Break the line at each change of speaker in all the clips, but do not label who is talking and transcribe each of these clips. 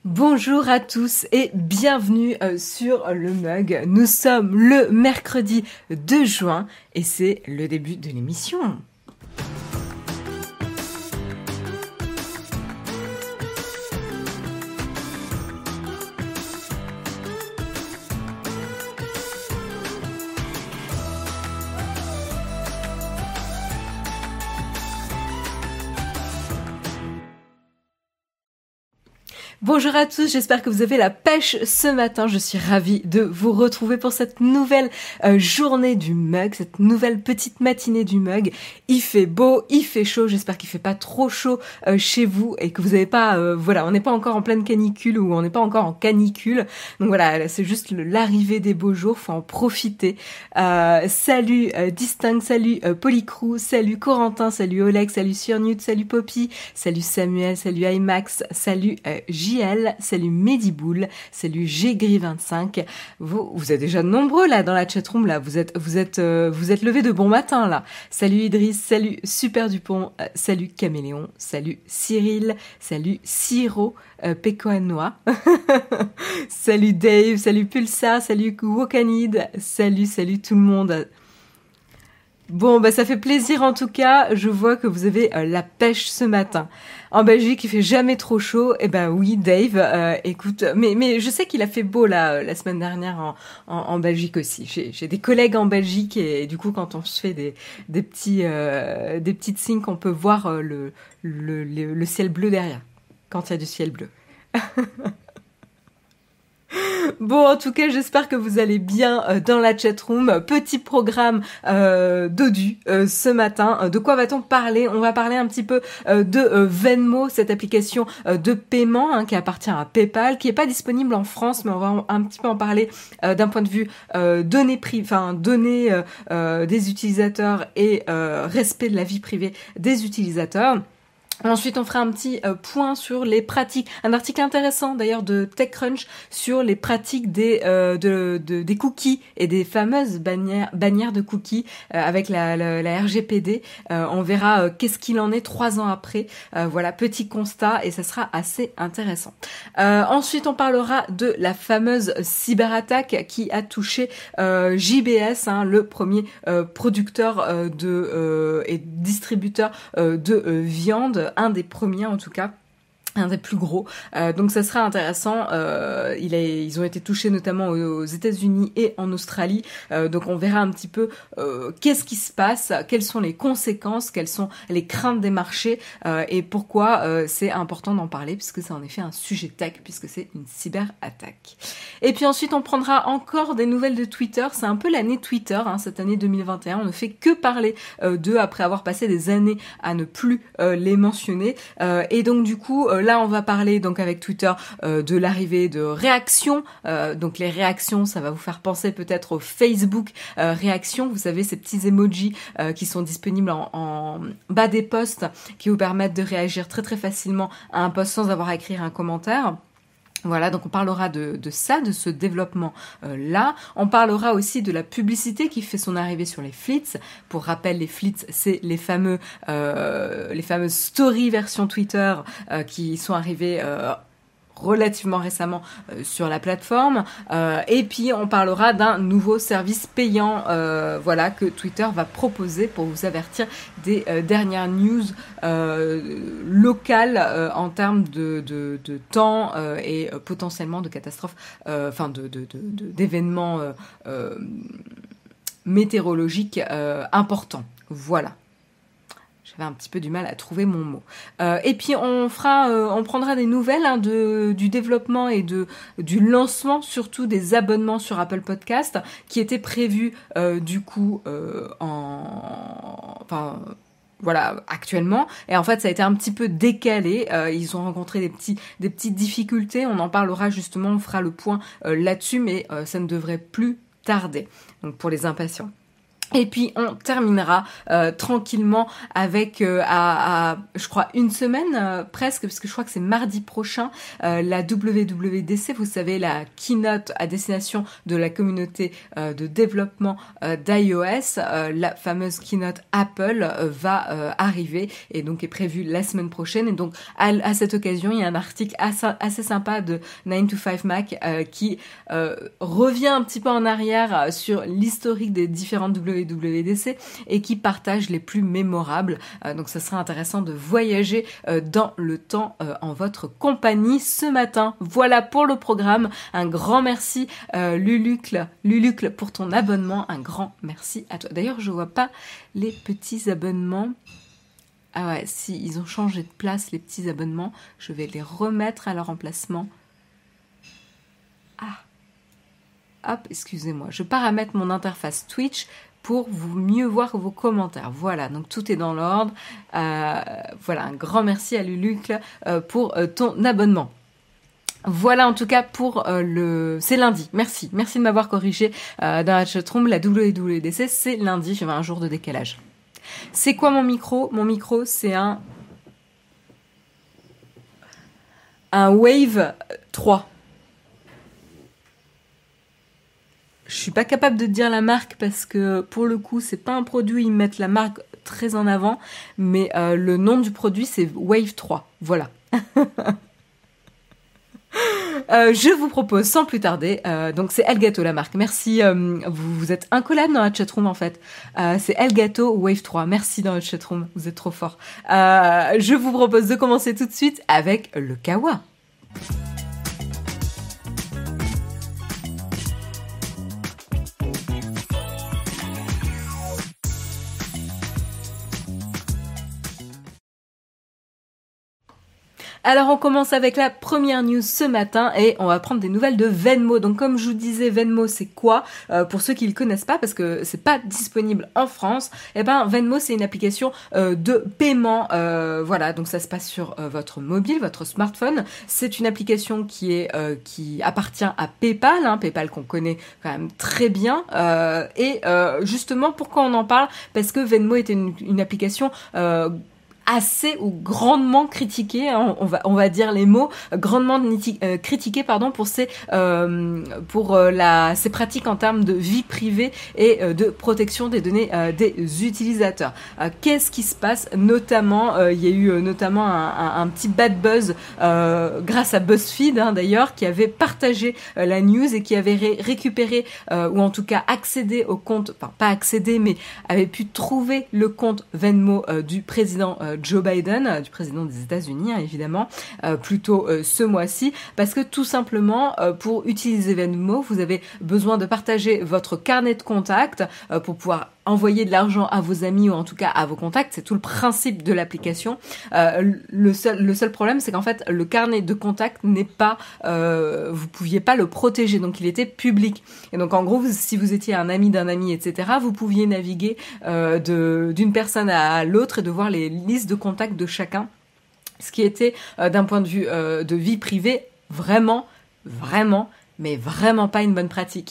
Bonjour à tous et bienvenue sur le mug. Nous sommes le mercredi 2 juin et c'est le début de l'émission. Bonjour à tous, j'espère que vous avez la pêche ce matin. Je suis ravie de vous retrouver pour cette nouvelle journée du mug, cette nouvelle petite matinée du mug. Il fait beau, il fait chaud, j'espère qu'il fait pas trop chaud chez vous et que vous avez pas, on n'est pas encore en pleine canicule ou on n'est pas encore en canicule. Donc voilà, c'est juste l'arrivée des beaux jours, faut en profiter. Salut Distinct, salut Polycrew, salut Corentin, salut Oleg, salut Surnute, salut Poppy, salut Samuel, salut IMAX, salut JL, salut Mediboul, salut Gris25. Vous êtes déjà nombreux là dans la chatroom là. Vous êtes levés de bon matin là. Salut Idriss, salut Super Dupont, salut Caméléon, salut Cyril, salut Siro, Pécoanois, salut Dave, salut Pulsar, salut Wokanid, salut tout le monde. Bon, ça fait plaisir en tout cas. Je vois que vous avez la pêche ce matin. En Belgique, il fait jamais trop chaud. Eh ben oui, Dave, écoute, mais je sais qu'il a fait beau là la semaine dernière en Belgique aussi. J'ai des collègues en Belgique et du coup, quand on se fait des petites signes qu'on peut voir le ciel bleu derrière, quand il y a du ciel bleu. Bon, en tout cas, j'espère que vous allez bien dans la chatroom. Petit programme dodu ce matin. De quoi va-t-on parler ? On va parler un petit peu de Venmo, cette application de paiement qui appartient à PayPal, qui est pas disponible en France, mais on va un petit peu en parler d'un point de vue données des utilisateurs et respect de la vie privée des utilisateurs. Ensuite, on fera un petit point sur les pratiques, un article intéressant d'ailleurs de TechCrunch sur les pratiques des cookies et des fameuses bannières de cookies avec la RGPD. On verra qu'est-ce qu'il en est 3 ans après. Voilà, petit constat et ça sera assez intéressant. Ensuite, on parlera de la fameuse cyberattaque qui a touché JBS, le premier producteur et distributeur de viande. Un des premiers en tout cas, un des plus gros. Donc ça sera intéressant. Ils ont été touchés notamment aux États-Unis et en Australie. Donc on verra un petit peu qu'est-ce qui se passe, quelles sont les conséquences, quelles sont les craintes des marchés et pourquoi c'est important d'en parler puisque c'est en effet un sujet tech puisque c'est une cyberattaque. Et puis ensuite on prendra encore des nouvelles de Twitter. C'est un peu l'année Twitter, cette année 2021. On ne fait que parler d'eux après avoir passé des années à ne plus les mentionner. Et donc du coup là, on va parler donc avec Twitter de l'arrivée de réactions. Donc les réactions, ça va vous faire penser peut-être au Facebook réactions. Vous savez, ces petits emojis qui sont disponibles en bas des posts qui vous permettent de réagir très très facilement à un post sans avoir à écrire un commentaire. Voilà, donc on parlera de ça, de ce développement là. On parlera aussi de la publicité qui fait son arrivée sur les flits. Pour rappel, les flits, c'est les fameuses stories version Twitter qui sont arrivées relativement récemment sur la plateforme. Et puis on parlera d'un nouveau service payant que Twitter va proposer pour vous avertir des dernières news locales en termes de temps et potentiellement de catastrophes, d'événements météorologiques importants. Voilà. J'avais un petit peu du mal à trouver mon mot. Et puis on prendra des nouvelles du développement et du lancement, surtout des abonnements sur Apple Podcast, qui étaient prévus actuellement. Et en fait, ça a été un petit peu décalé. Ils ont rencontré des petites difficultés. On en parlera justement, on fera le point là-dessus, mais ça ne devrait plus tarder. Donc pour les impatients. Et puis on terminera tranquillement avec je crois une semaine presque, parce que je crois que c'est mardi prochain, la WWDC, vous savez, la keynote à destination de la communauté de développement d'iOS, la fameuse keynote Apple va arriver et donc est prévue la semaine prochaine. Et donc à cette occasion, il y a un article assez sympa de 9to5Mac qui revient un petit peu en arrière sur l'historique des différentes WWDC et qui partage les plus mémorables. Donc ça sera intéressant de voyager dans le temps en votre compagnie ce matin. Voilà pour le programme. Un grand merci Lulucle pour ton abonnement. Un grand merci à toi. D'ailleurs, je vois pas les petits abonnements. Ah ouais, si, ils ont changé de place, les petits abonnements. Je vais les remettre à leur emplacement. Hop, excusez-moi. Je paramètre mon interface Twitch pour mieux voir vos commentaires. Voilà, donc tout est dans l'ordre. Voilà, un grand merci à Lulucle pour ton abonnement. Voilà en tout cas pour c'est lundi. Merci de m'avoir corrigé dans la chatroom. La WWDC, c'est lundi. J'avais un jour de décalage. C'est quoi mon micro ? Mon micro, c'est un Wave 3. Je suis pas capable de dire la marque parce que pour le coup c'est pas un produit, ils mettent la marque très en avant, mais le nom du produit c'est Wave 3, voilà. Je vous propose sans plus tarder, donc c'est Elgato la marque, merci, vous êtes incollable dans la chatroom en fait, c'est Elgato Wave 3, merci dans la chatroom, vous êtes trop fort. Je vous propose de commencer tout de suite avec le Kawa. Alors on commence avec la première news ce matin et on va prendre des nouvelles de Venmo. Donc comme je vous disais, Venmo c'est quoi ? Pour ceux qui le connaissent pas, parce que c'est pas disponible en France, eh ben Venmo c'est une application de paiement. Voilà, donc ça se passe sur votre mobile, votre smartphone. C'est une application qui appartient à PayPal, PayPal qu'on connaît quand même très bien. Et justement, pourquoi on en parle ? Parce que Venmo était une application assez ou grandement critiqué, on va dire les mots, grandement critiqué pour ses pratiques en termes de vie privée et de protection des données des utilisateurs. Qu'est-ce qui se passe ? Notamment, il y a eu notamment un petit bad buzz grâce à BuzzFeed d'ailleurs, qui avait partagé la news et qui avait récupéré ou en tout cas accédé au compte, enfin pas accédé mais avait pu trouver le compte Venmo du président Joe Biden, du président des États-Unis, évidemment, plutôt ce mois-ci, parce que tout simplement, pour utiliser Venmo, vous avez besoin de partager votre carnet de contacts pour pouvoir envoyer de l'argent à vos amis ou en tout cas à vos contacts. C'est tout le principe de l'application. Le seul problème, c'est qu'en fait, le carnet de contacts n'est pas, vous pouviez pas le protéger, donc il était public. Et donc en gros, si vous étiez un ami d'un ami, etc., vous pouviez naviguer d'une personne à l'autre et de voir les listes de contacts de chacun, ce qui était d'un point de vue de vie privée vraiment pas une bonne pratique.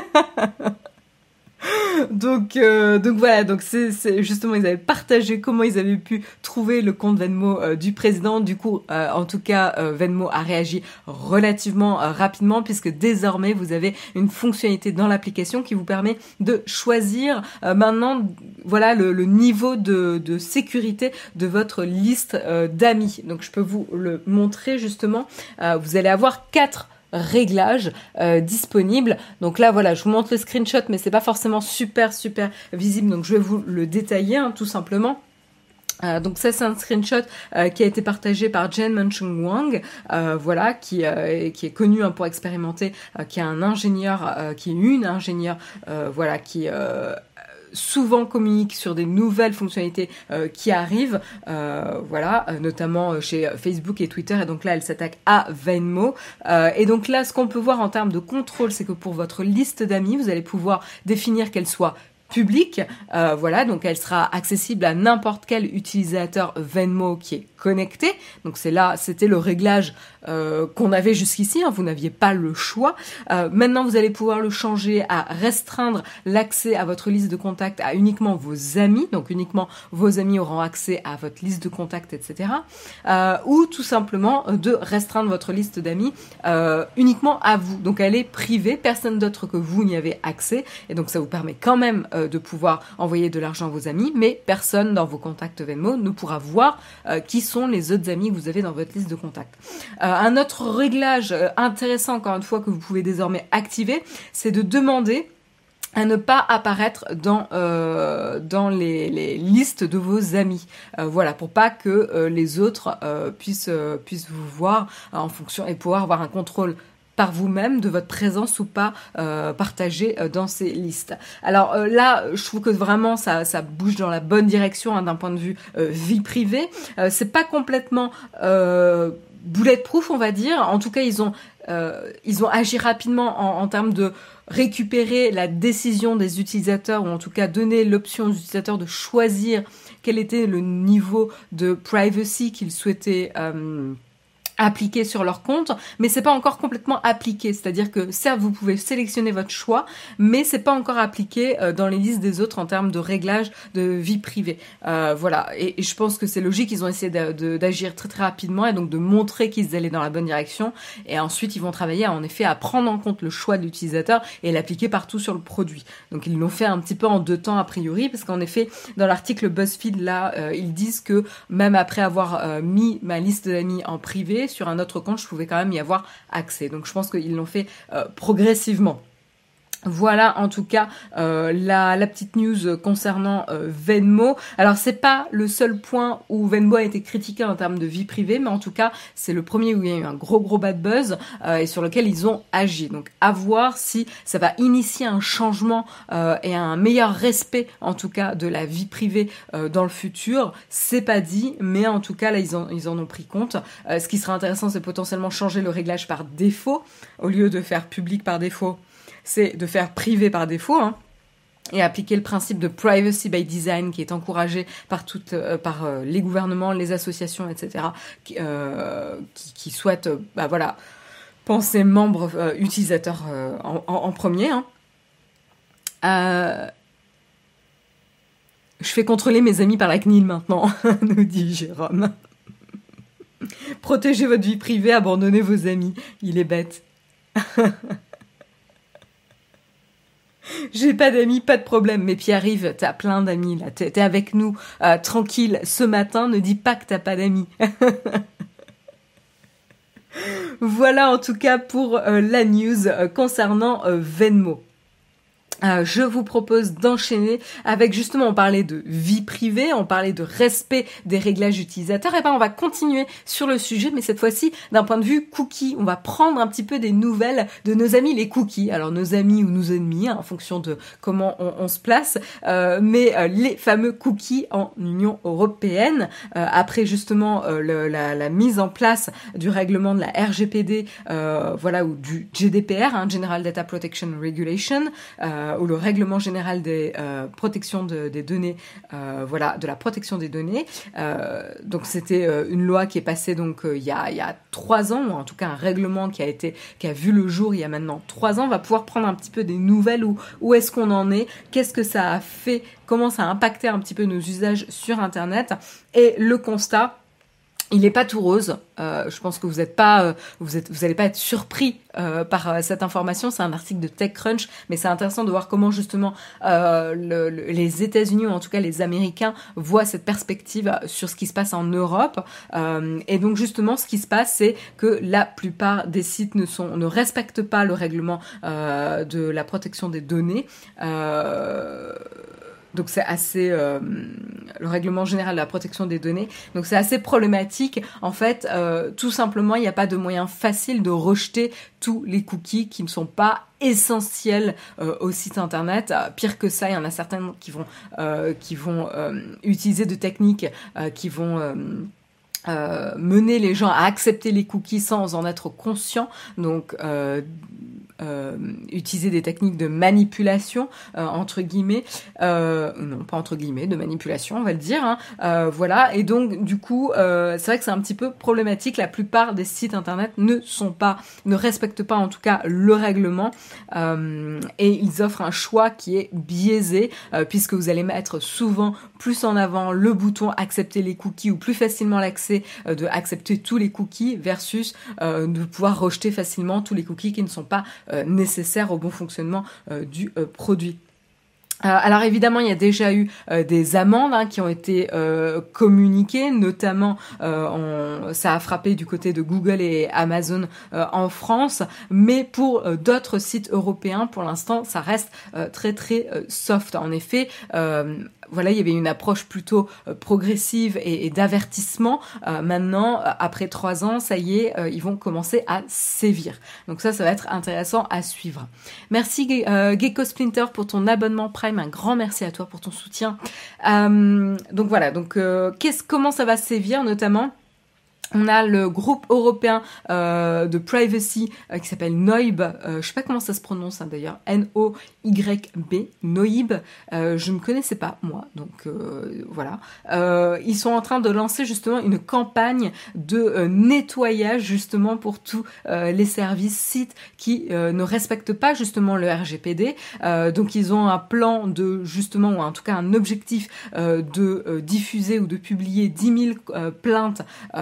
Donc voilà, donc c'est justement, ils avaient partagé comment ils avaient pu trouver le compte Venmo du président. Du coup, en tout cas, Venmo a réagi relativement rapidement, puisque désormais vous avez une fonctionnalité dans l'application qui vous permet de choisir maintenant, voilà, le niveau de sécurité de votre liste d'amis. Donc je peux vous le montrer justement. Vous allez avoir 4 réglages disponibles. Donc là voilà, je vous montre le screenshot, mais c'est pas forcément super visible, donc je vais vous le détailler tout simplement. Donc ça c'est un screenshot qui a été partagé par Jen Manchung Wang, voilà, qui est connu pour expérimenter, qui est un ingénieur, qui est une ingénieure, voilà, qui souvent communique sur des nouvelles fonctionnalités qui arrivent, voilà, notamment chez Facebook et Twitter, et donc là elle s'attaque à Venmo, et donc là ce qu'on peut voir en termes de contrôle, c'est que pour votre liste d'amis, vous allez pouvoir définir qu'elle soit publique, voilà, donc elle sera accessible à n'importe quel utilisateur Venmo qui est connectés. Donc c'était le réglage qu'on avait jusqu'ici, hein, vous n'aviez pas le choix. Maintenant, vous allez pouvoir le changer à restreindre l'accès à votre liste de contacts à uniquement vos amis, donc uniquement vos amis auront accès à votre liste de contacts, etc. Ou tout simplement de restreindre votre liste d'amis uniquement à vous. Donc elle est privée, personne d'autre que vous n'y avez accès, et donc ça vous permet quand même de pouvoir envoyer de l'argent à vos amis, mais personne dans vos contacts Venmo ne pourra voir qui sont les autres amis que vous avez dans votre liste de contacts. Un autre réglage intéressant, encore une fois, que vous pouvez désormais activer, c'est de demander à ne pas apparaître dans les listes de vos amis. Voilà, pour pas que les autres puissent vous voir en fonction et pouvoir avoir un contrôle par vous-même de votre présence ou pas partagée dans ces listes. Alors là, je trouve que vraiment ça bouge dans la bonne direction, hein, d'un point de vue vie privée. C'est pas complètement bulletproof, on va dire. En tout cas, ils ont agi rapidement en termes de récupérer la décision des utilisateurs, ou en tout cas donner l'option aux utilisateurs de choisir quel était le niveau de privacy qu'ils souhaitaient appliqué sur leur compte, mais c'est pas encore complètement appliqué. C'est-à-dire que certes, vous pouvez sélectionner votre choix, mais c'est pas encore appliqué dans les listes des autres en termes de réglage de vie privée. Voilà. Et je pense que c'est logique. Ils ont essayé d'agir très très rapidement et donc de montrer qu'ils allaient dans la bonne direction. Et ensuite, ils vont travailler en effet à prendre en compte le choix de l'utilisateur et l'appliquer partout sur le produit. Donc ils l'ont fait un petit peu en 2 temps a priori, parce qu'en effet, dans l'article BuzzFeed là, ils disent que même après avoir mis ma liste d'amis en privé, sur un autre compte, je pouvais quand même y avoir accès. Donc je pense qu'ils l'ont fait progressivement. Voilà en tout cas la petite news concernant Venmo. Alors c'est pas le seul point où Venmo a été critiqué en termes de vie privée, mais en tout cas c'est le premier où il y a eu un gros bad buzz et sur lequel ils ont agi. Donc à voir si ça va initier un changement et un meilleur respect en tout cas de la vie privée dans le futur. C'est pas dit, mais en tout cas là ils en ont pris compte. Ce qui serait intéressant, c'est potentiellement changer le réglage par défaut au lieu de faire public par défaut. C'est de faire privé par défaut, hein, et appliquer le principe de privacy by design qui est encouragé par les gouvernements, les associations, etc., qui souhaitent penser membres utilisateurs en premier. Hein. Je fais contrôler mes amis par la CNIL maintenant, nous dit Jérôme. Protégez votre vie privée, abandonnez vos amis. Il est bête. J'ai pas d'amis, pas de problème. Mais Pierre-Yves, t'as plein d'amis là. T'es avec nous, tranquille. Ce matin, ne dis pas que t'as pas d'amis. Voilà en tout cas pour la news concernant Venmo. Je vous propose d'enchaîner avec justement, on parlait de vie privée, on parlait de respect des réglages utilisateurs, et ben on va continuer sur le sujet, mais cette fois-ci d'un point de vue cookies. On va prendre un petit peu des nouvelles de nos amis les cookies, alors nos amis ou nos ennemis, hein, en fonction de comment on se place, mais les fameux cookies en Union européenne, après justement la mise en place du règlement de la RGPD, ou du GDPR, hein, General Data Protection Regulation, ou le règlement général des protections des données, de la protection des données. Donc c'était une loi qui est passée donc il y a 3 ans, ou en tout cas un règlement qui a vu le jour il y a maintenant 3 ans. On va pouvoir prendre un petit peu des nouvelles, où est-ce qu'on en est, qu'est-ce que ça a fait, comment ça a impacté un petit peu nos usages sur Internet, et le constat. Il n'est pas tout rose. Je pense que vous allez pas être surpris par cette information. C'est un article de TechCrunch, mais c'est intéressant de voir comment justement les États-Unis, ou en tout cas les Américains, voient cette perspective sur ce qui se passe en Europe. Et donc justement, ce qui se passe, c'est que la plupart des sites ne respectent pas le règlement de la protection des données. Donc c'est assez le règlement général de la protection des données. Donc c'est assez problématique. En fait, tout simplement, il n'y a pas de moyen facile de rejeter tous les cookies qui ne sont pas essentiels au site internet. Pire que ça, il y en a certaines qui vont utiliser de techniques qui vont mener les gens à accepter les cookies sans en être conscients. Donc utiliser des techniques de manipulation, entre guillemets, non pas entre guillemets, de manipulation on va le dire, hein, voilà, et donc du coup c'est vrai que c'est un petit peu problématique. La plupart des sites internet ne respectent pas en tout cas le règlement, et ils offrent un choix qui est biaisé, puisque vous allez mettre souvent plus en avant le bouton accepter les cookies, ou plus facilement l'accès de accepter tous les cookies versus de pouvoir rejeter facilement tous les cookies qui ne sont pas nécessaires au bon fonctionnement du produit. Alors évidemment, il y a déjà eu des amendes qui ont été communiquées, notamment ça a frappé du côté de Google et Amazon en France, mais pour d'autres sites européens, pour l'instant, ça reste très très soft. En effet, voilà, il y avait une approche plutôt progressive et d'avertissement. Maintenant, après 3 ans, ça y est, ils vont commencer à sévir. Donc ça va être intéressant à suivre. Merci Gecko Splinter pour ton abonnement Prime. Un grand merci à toi pour ton soutien. Donc voilà, comment ça va sévir notamment? On a le groupe européen de privacy qui s'appelle NOIB. Je sais pas comment ça se prononce d'ailleurs. N-O-Y-B. NOIB. Je ne connaissais pas moi. Donc voilà. Ils sont en train de lancer justement une campagne de nettoyage justement pour tous les services sites qui ne respectent pas justement le RGPD. Donc ils ont un plan de justement, ou en tout cas un objectif de diffuser ou de publier 10 000 plaintes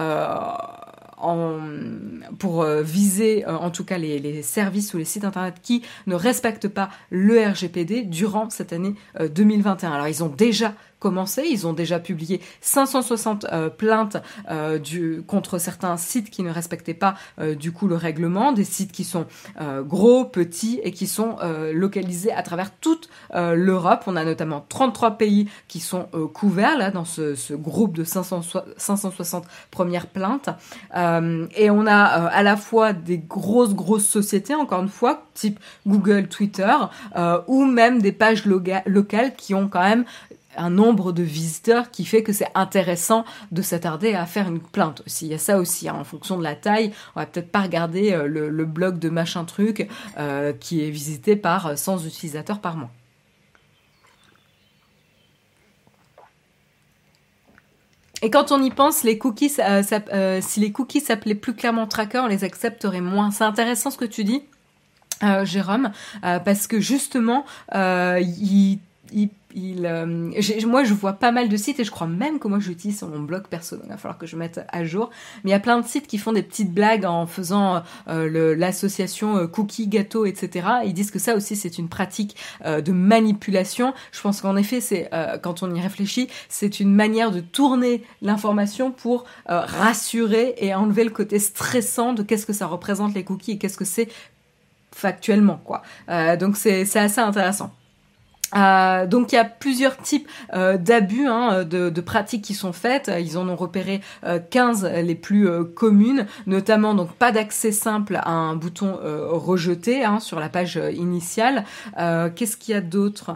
pour viser en tout cas les services ou les sites internet qui ne respectent pas le RGPD durant cette année 2021. Alors ils ont déjà commencé, ils ont déjà publié 560 plaintes contre certains sites qui ne respectaient pas du coup le règlement, des sites qui sont gros, petits et qui sont localisés à travers toute l'Europe. On a notamment 33 pays qui sont couverts là dans ce groupe de 560 premières plaintes, et on a à la fois des grosses sociétés, encore une fois, type Google, Twitter, ou même des pages locales qui ont quand même un nombre de visiteurs qui fait que c'est intéressant de s'attarder à faire une plainte aussi. Il y a ça aussi, en fonction de la taille. On va peut-être pas regarder le blog de machin truc qui est visité par 100 utilisateurs par mois. Et quand on y pense, les cookies, si les cookies s'appelaient plus clairement tracker, on les accepterait moins. C'est intéressant ce que tu dis, Jérôme, parce que justement, moi je vois pas mal de sites, et je crois même que moi j'utilise sur mon blog perso, donc il va falloir que je mette à jour, mais il y a plein de sites qui font des petites blagues en faisant l'association cookie gâteau, etc. Ils disent que ça aussi c'est une pratique de manipulation. Je pense qu'en effet c'est quand on y réfléchit, c'est une manière de tourner l'information pour rassurer et enlever le côté stressant de qu'est-ce que ça représente les cookies et qu'est-ce que c'est factuellement, quoi. Donc c'est assez intéressant. Donc il y a plusieurs types d'abus, de pratiques qui sont faites. Ils en ont repéré 15 les plus communes, notamment donc pas d'accès simple à un bouton rejeté sur la page initiale. Qu'est-ce qu'il y a d'autre?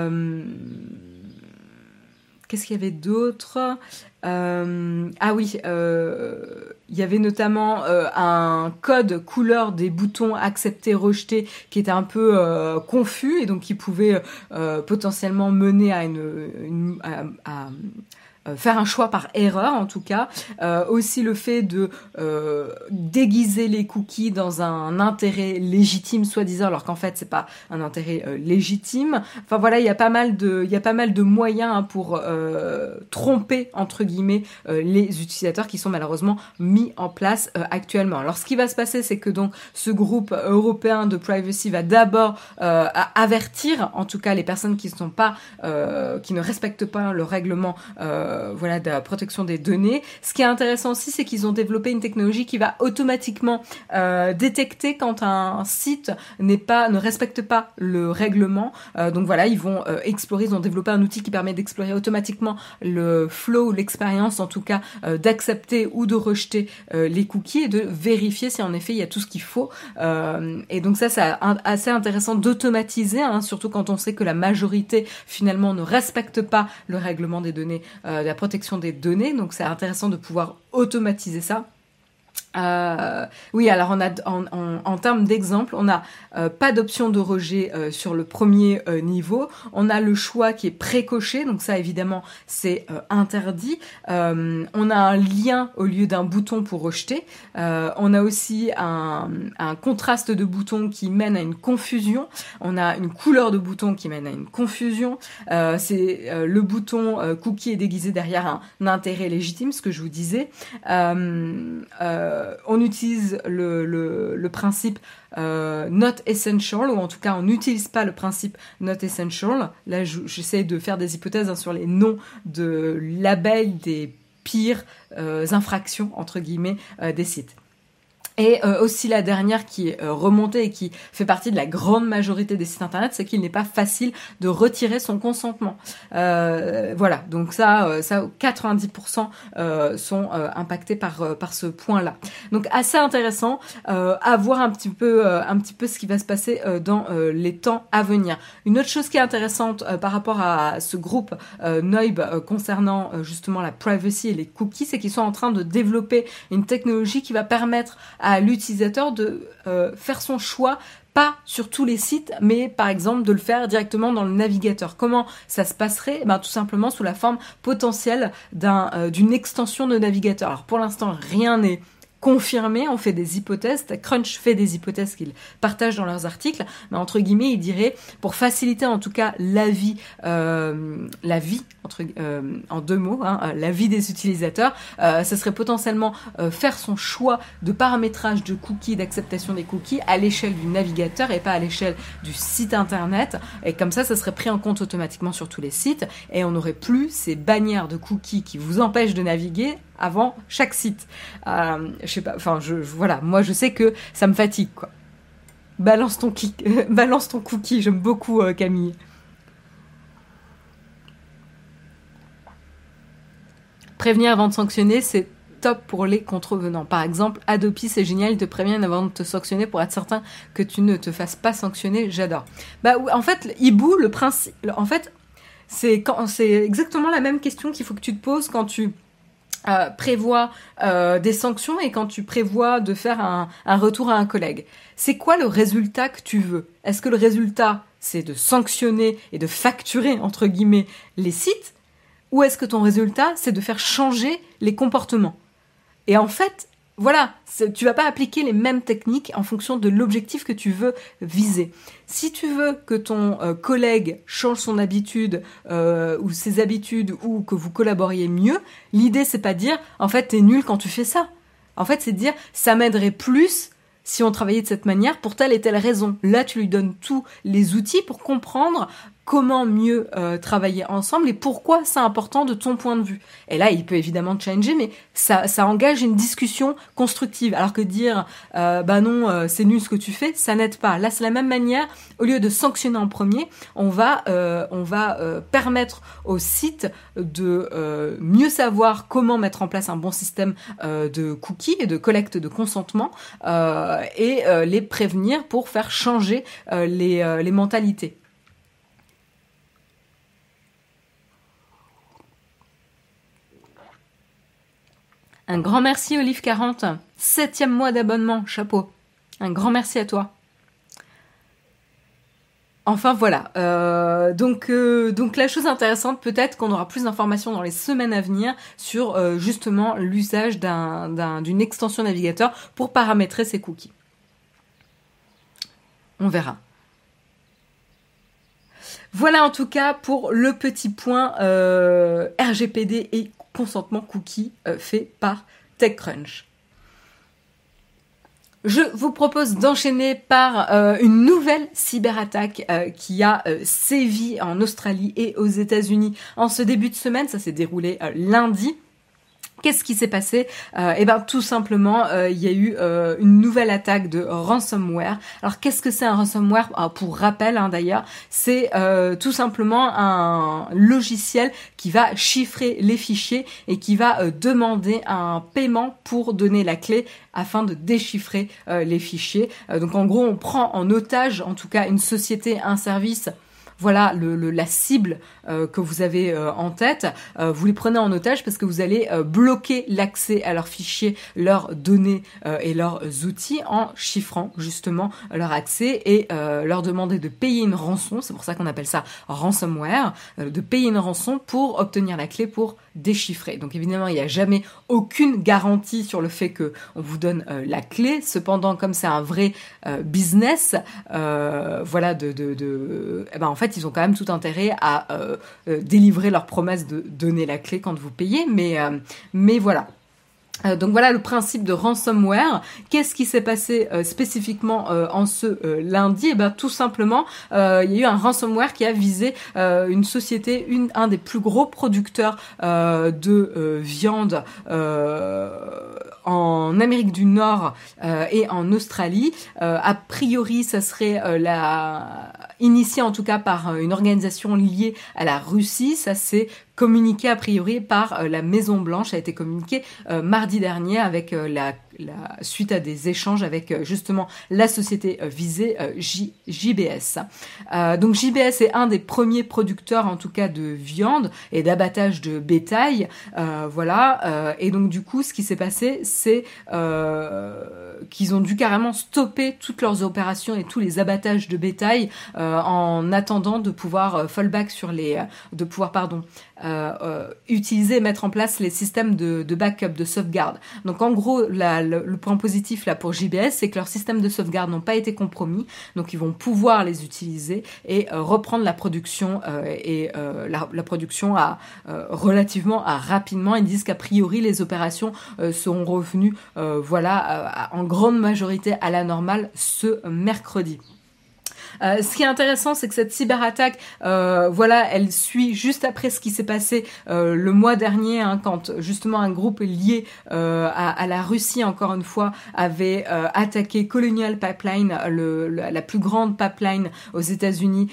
Qu'est-ce qu'il y avait d'autre? Ah oui, il y avait notamment un code couleur des boutons accepter, rejeter qui était un peu confus et donc qui pouvait potentiellement mener à faire un choix par erreur en tout cas. Aussi le fait de déguiser les cookies dans un intérêt légitime soi-disant, alors qu'en fait c'est pas un intérêt légitime. Enfin voilà, il y a pas mal de moyens pour tromper entre guillemets les utilisateurs qui sont malheureusement mis en place actuellement. Alors ce qui va se passer, c'est que donc ce groupe européen de privacy va d'abord avertir en tout cas les personnes qui ne respectent pas le règlement de la protection des données. Ce qui est intéressant aussi, c'est qu'ils ont développé une technologie qui va automatiquement détecter quand un site ne respecte pas le règlement. Donc voilà, ils vont explorer, ils ont développé un outil qui permet d'explorer automatiquement le flow, l'expérience en tout cas, d'accepter ou de rejeter les cookies et de vérifier si en effet il y a tout ce qu'il faut. Et donc ça, c'est assez intéressant d'automatiser, surtout quand on sait que la majorité finalement ne respecte pas le règlement des données, de la protection des données, donc c'est intéressant de pouvoir automatiser ça. Oui, alors on a en termes d'exemple, on a pas d'option de rejet sur le premier niveau. On a le choix qui est précoché, donc ça évidemment c'est interdit. On a un lien au lieu d'un bouton pour rejeter. On a aussi un contraste de boutons qui mène à une confusion. On a une couleur de bouton qui mène à une confusion. C'est le bouton cookie est déguisé derrière un intérêt légitime, ce que je vous disais. On utilise le principe not essential, ou en tout cas on n'utilise pas le principe not essential. Là j'essaie de faire des hypothèses sur les noms de labels des pires infractions entre guillemets des sites. Et aussi la dernière qui est remontée et qui fait partie de la grande majorité des sites internet, c'est qu'il n'est pas facile de retirer son consentement. Voilà, donc ça 90% sont impactés par ce point-là. Donc assez intéressant à voir un petit peu ce qui va se passer dans les temps à venir. Une autre chose qui est intéressante par rapport à ce groupe Noib concernant justement la privacy et les cookies, c'est qu'ils sont en train de développer une technologie qui va permettre à l'utilisateur de faire son choix, pas sur tous les sites, mais par exemple de le faire directement dans le navigateur. Comment ça se passerait? Tout simplement sous la forme potentielle d'une extension de navigateur. Alors pour l'instant, rien n'est confirmé, on fait des hypothèses, TechCrunch fait des hypothèses qu'ils partagent dans leurs articles, mais entre guillemets, ils diraient, pour faciliter en tout cas la vie en deux mots, la vie des utilisateurs, ce serait potentiellement faire son choix de paramétrage de cookies, d'acceptation des cookies à l'échelle du navigateur et pas à l'échelle du site internet, et comme ça serait pris en compte automatiquement sur tous les sites, et on n'aurait plus ces bannières de cookies qui vous empêchent de naviguer avant chaque site. Je sais pas, enfin, voilà, moi je sais que ça me fatigue, quoi. Balance ton cookie, j'aime beaucoup Camille. Prévenir avant de sanctionner, c'est top pour les contrevenants. Par exemple, Adopi, c'est génial, ils te préviennent avant de te sanctionner pour être certain que tu ne te fasses pas sanctionner, j'adore. En fait, Hibou, le principe, en fait, c'est exactement la même question qu'il faut que tu te poses quand tu prévois des sanctions et quand tu prévois de faire un retour à un collègue. C'est quoi le résultat que tu veux? Est-ce que le résultat, c'est de sanctionner et de facturer, entre guillemets, les sites? Ou est-ce que ton résultat, c'est de faire changer les comportements? Et en fait, voilà, tu vas pas appliquer les mêmes techniques en fonction de l'objectif que tu veux viser. Si tu veux que ton collègue change son habitude ou ses habitudes ou que vous collaboriez mieux, l'idée c'est pas de dire en fait t'es nul quand tu fais ça. En fait c'est de dire ça m'aiderait plus si on travaillait de cette manière pour telle et telle raison. Là tu lui donnes tous les outils pour comprendre comment mieux travailler ensemble et pourquoi c'est important de ton point de vue. Et là, il peut évidemment changer, mais ça engage une discussion constructive. Alors que dire non, c'est nul ce que tu fais, ça n'aide pas. Là, c'est la même manière. Au lieu de sanctionner en premier, on va permettre au site de mieux savoir comment mettre en place un bon système de cookies et de collecte de consentement et les prévenir pour faire changer les mentalités. Un grand merci Olive40, 7e mois d'abonnement, chapeau. Un grand merci à toi. Enfin voilà, donc la chose intéressante, peut-être qu'on aura plus d'informations dans les semaines à venir sur justement l'usage d'une extension navigateur pour paramétrer ses cookies. On verra. Voilà en tout cas pour le petit point RGPD et consentement cookie fait par TechCrunch. Je vous propose d'enchaîner par une nouvelle cyberattaque qui a sévi en Australie et aux États-Unis en ce début de semaine. Ça s'est déroulé lundi. Qu'est-ce qui s'est passé? Tout simplement, il y a eu une nouvelle attaque de ransomware. Alors, qu'est-ce que c'est un ransomware? Pour rappel, d'ailleurs, c'est tout simplement un logiciel qui va chiffrer les fichiers et qui va demander un paiement pour donner la clé afin de déchiffrer les fichiers. Donc, en gros, on prend en otage, en tout cas, une société, un service, voilà la cible que vous avez en tête, vous les prenez en otage parce que vous allez bloquer l'accès à leurs fichiers, leurs données et leurs outils en chiffrant justement leur accès et leur demander de payer une rançon, c'est pour ça qu'on appelle ça ransomware, de payer une rançon pour obtenir la clé pour déchiffrer. Donc évidemment, il n'y a jamais aucune garantie sur le fait que on vous donne la clé. Cependant, comme c'est un vrai business, voilà, en fait, ils ont quand même tout intérêt à délivrer leur promesse de donner la clé quand vous payez. Mais voilà. Donc voilà le principe de ransomware. Qu'est-ce qui s'est passé spécifiquement en ce lundi? Tout simplement, il y a eu un ransomware qui a visé une société, un des plus gros producteurs de viande en Amérique du Nord et en Australie. A priori, ça serait initié en tout cas par une organisation liée à la Russie. Ça s'est communiqué a priori par la Maison Blanche, a été communiqué mardi dernier avec suite à des échanges avec justement la société visée, JBS. Donc JBS est un des premiers producteurs en tout cas de viande et d'abattage de bétail, voilà. Et donc du coup, ce qui s'est passé, c'est qu'ils ont dû carrément stopper toutes leurs opérations et tous les abattages de bétail en attendant de pouvoir utiliser, mettre en place les systèmes de backup, de sauvegarde. Donc en gros, le point positif là pour JBS, c'est que leurs systèmes de sauvegarde n'ont pas été compromis, donc ils vont pouvoir les utiliser et reprendre la production la production relativement rapidement. Ils disent qu'a priori les opérations seront revenues en grande majorité à la normale ce mercredi. Ce qui est intéressant, c'est que cette cyberattaque, elle suit juste après ce qui s'est passé le mois dernier, quand justement un groupe lié à la Russie, encore une fois, avait attaqué Colonial Pipeline, la plus grande pipeline aux États-Unis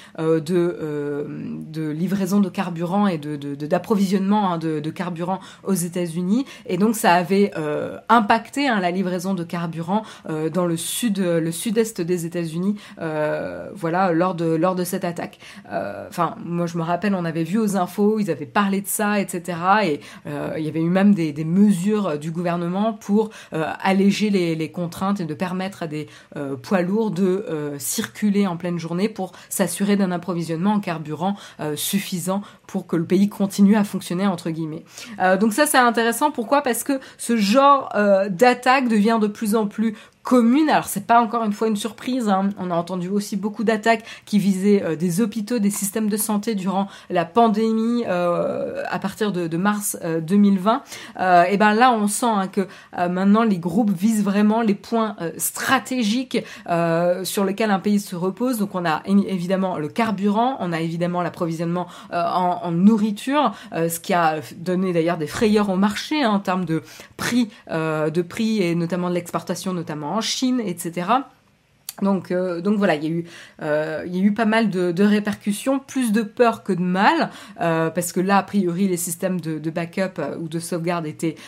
de livraison de carburant et d'approvisionnement de carburant aux États-Unis. Et donc ça avait impacté la livraison de carburant dans le sud-est des États-Unis. Lors de cette attaque. Moi je me rappelle, on avait vu aux infos, ils avaient parlé de ça, etc. Et il y avait eu même des mesures du gouvernement pour alléger les contraintes et de permettre à des poids lourds de circuler en pleine journée pour s'assurer d'un approvisionnement en carburant suffisant pour que le pays continue à fonctionner, entre guillemets. Donc ça, c'est intéressant. Pourquoi? Parce que ce genre d'attaque devient de plus en plus commune. Alors c'est pas encore une fois une surprise, on a entendu aussi beaucoup d'attaques qui visaient des hôpitaux, des systèmes de santé durant la pandémie à partir de mars 2020. Et là on sent que maintenant les groupes visent vraiment les points stratégiques sur lesquels un pays se repose. Donc on a évidemment le carburant, on a évidemment l'approvisionnement en nourriture, ce qui a donné d'ailleurs des frayeurs au marché en termes de prix et notamment de l'exportation, notamment en Chine, etc. Donc voilà, il y a eu pas mal de répercussions, plus de peur que de mal, parce que là, a priori, les systèmes de backup ou de sauvegarde étaient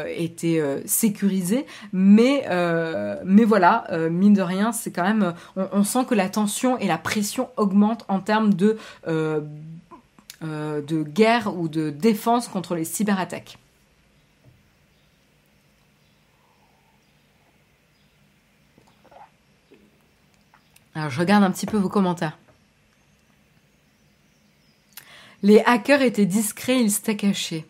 sécurisés, mais voilà, mine de rien, c'est quand même, on sent que la tension et la pression augmentent en termes de guerre ou de défense contre les cyberattaques. Alors, je regarde un petit peu vos commentaires. Les hackers étaient discrets, ils s'étaient cachés.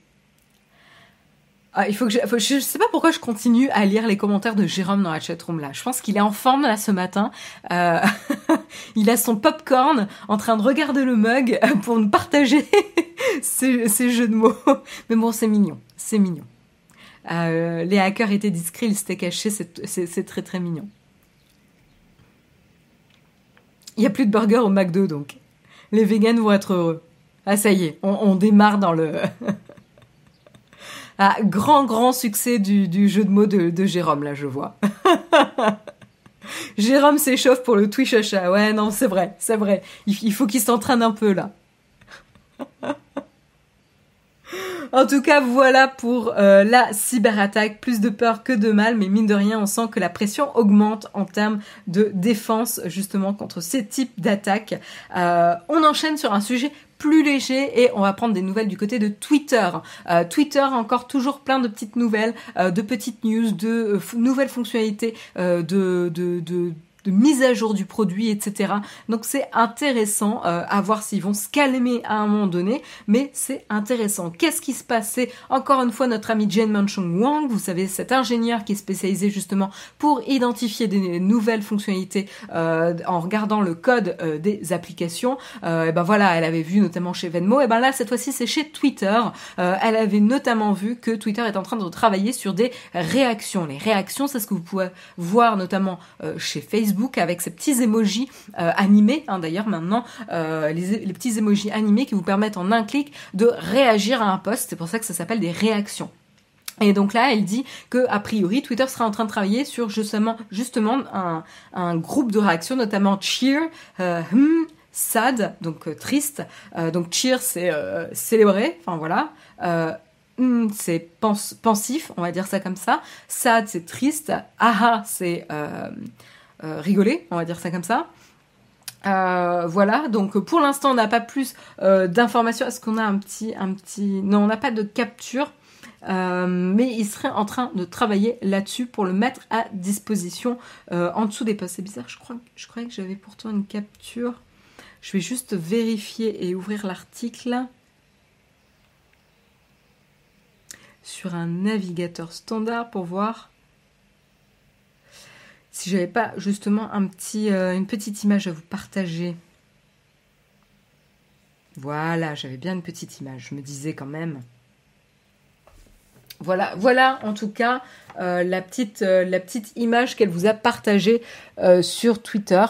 Je sais pas pourquoi je continue à lire les commentaires de Jérôme dans la chatroom là. Je pense qu'il est en forme là ce matin. Il a son popcorn en train de regarder le mug pour nous partager ces jeux de mots. Mais bon, c'est mignon. C'est mignon. Les hackers étaient discrets, ils s'étaient cachés. C'est très très mignon. Il n'y a plus de burgers au McDo, donc. Les végans vont être heureux. Ah, ça y est, on démarre dans le... grand succès du jeu de mots de Jérôme, là, je vois. Jérôme s'échauffe pour le Twitch achat. Ouais, non, c'est vrai. Il faut qu'il s'entraîne un peu, là. En tout cas, voilà pour la cyberattaque. Plus de peur que de mal, mais mine de rien, on sent que la pression augmente en termes de défense justement contre ces types d'attaques. On enchaîne sur un sujet plus léger et on va prendre des nouvelles du côté de Twitter. Twitter, encore toujours plein de petites nouvelles, de petites news, de nouvelles fonctionnalités, de mise à jour du produit, etc. Donc c'est intéressant à voir s'ils vont se calmer à un moment donné, mais c'est intéressant. Qu'est-ce qui se passe? C'est encore une fois notre ami Jen Manchong Wang, vous savez, cet ingénieur qui est spécialisé justement pour identifier des nouvelles fonctionnalités en regardant le code des applications. Et ben voilà, elle avait vu notamment chez Venmo, et ben là cette fois-ci c'est chez Twitter. Elle avait notamment vu que Twitter est en train de travailler sur des réactions. Les réactions, c'est ce que vous pouvez voir notamment chez Facebook avec ces petits emojis animés, d'ailleurs maintenant, les petits emojis animés qui vous permettent en un clic de réagir à un post. C'est pour ça que ça s'appelle des réactions. Et donc là, elle dit que a priori, Twitter sera en train de travailler sur justement un groupe de réactions, notamment cheer, sad, donc triste. Donc cheer, c'est célébrer, enfin voilà. C'est pensif, on va dire ça comme ça. Sad, c'est triste. Aha, c'est rigoler, on va dire ça comme ça. Voilà, donc pour l'instant on n'a pas plus d'informations. Est-ce qu'on a un petit... Non, on n'a pas de capture, mais il serait en train de travailler là-dessus pour le mettre à disposition en dessous des posts. C'est bizarre, je croyais que j'avais pourtant une capture. Je vais juste vérifier et ouvrir l'article sur un navigateur standard pour voir si j'avais pas justement une petite image à vous partager. Voilà, j'avais bien une petite image, je me disais quand même. Voilà en tout cas la petite image qu'elle vous a partagée sur Twitter.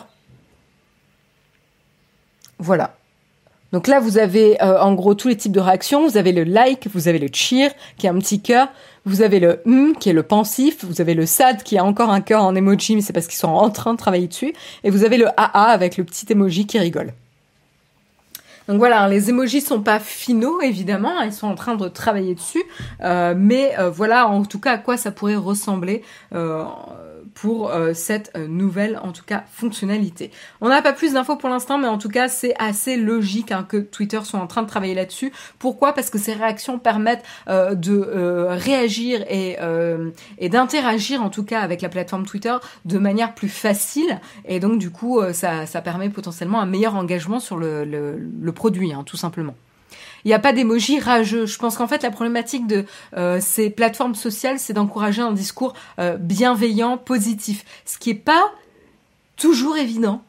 Voilà. Donc là, vous avez en gros tous les types de réactions. Vous avez le like, vous avez le cheer, qui est un petit cœur. Vous avez le qui est le pensif. Vous avez le sad, qui a encore un cœur en emoji, mais c'est parce qu'ils sont en train de travailler dessus. Et vous avez le AA avec le petit emoji qui rigole. Donc voilà, les emojis sont pas finaux, évidemment. Ils sont en train de travailler dessus. Mais voilà, en tout cas, à quoi ça pourrait ressembler pour cette nouvelle, en tout cas, fonctionnalité. On n'a pas plus d'infos pour l'instant, mais en tout cas, c'est assez logique que Twitter soit en train de travailler là-dessus. Pourquoi? Parce que ces réactions permettent de réagir et d'interagir, en tout cas, avec la plateforme Twitter de manière plus facile. Et donc, du coup, ça permet potentiellement un meilleur engagement sur le produit, tout simplement. Il n'y a pas d'émoji rageux. Je pense qu'en fait, la problématique de ces plateformes sociales, c'est d'encourager un discours bienveillant, positif. Ce qui n'est pas toujours évident.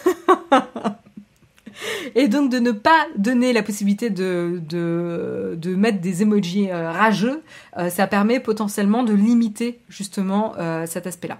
Et donc, de ne pas donner la possibilité de mettre des emojis rageux, ça permet potentiellement de limiter justement cet aspect-là.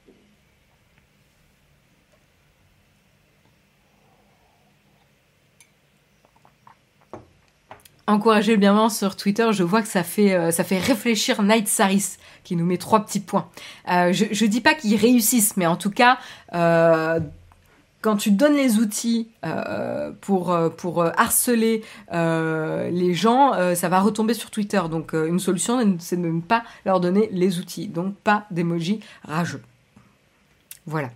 Encourager le bienveillant sur Twitter, je vois que ça fait réfléchir Night Saris, qui nous met 3 petits points. Je dis pas qu'ils réussissent, mais en tout cas, quand tu donnes les outils pour harceler les gens, ça va retomber sur Twitter. Donc une solution, c'est de ne pas leur donner les outils. Donc pas d'emoji rageux. Voilà.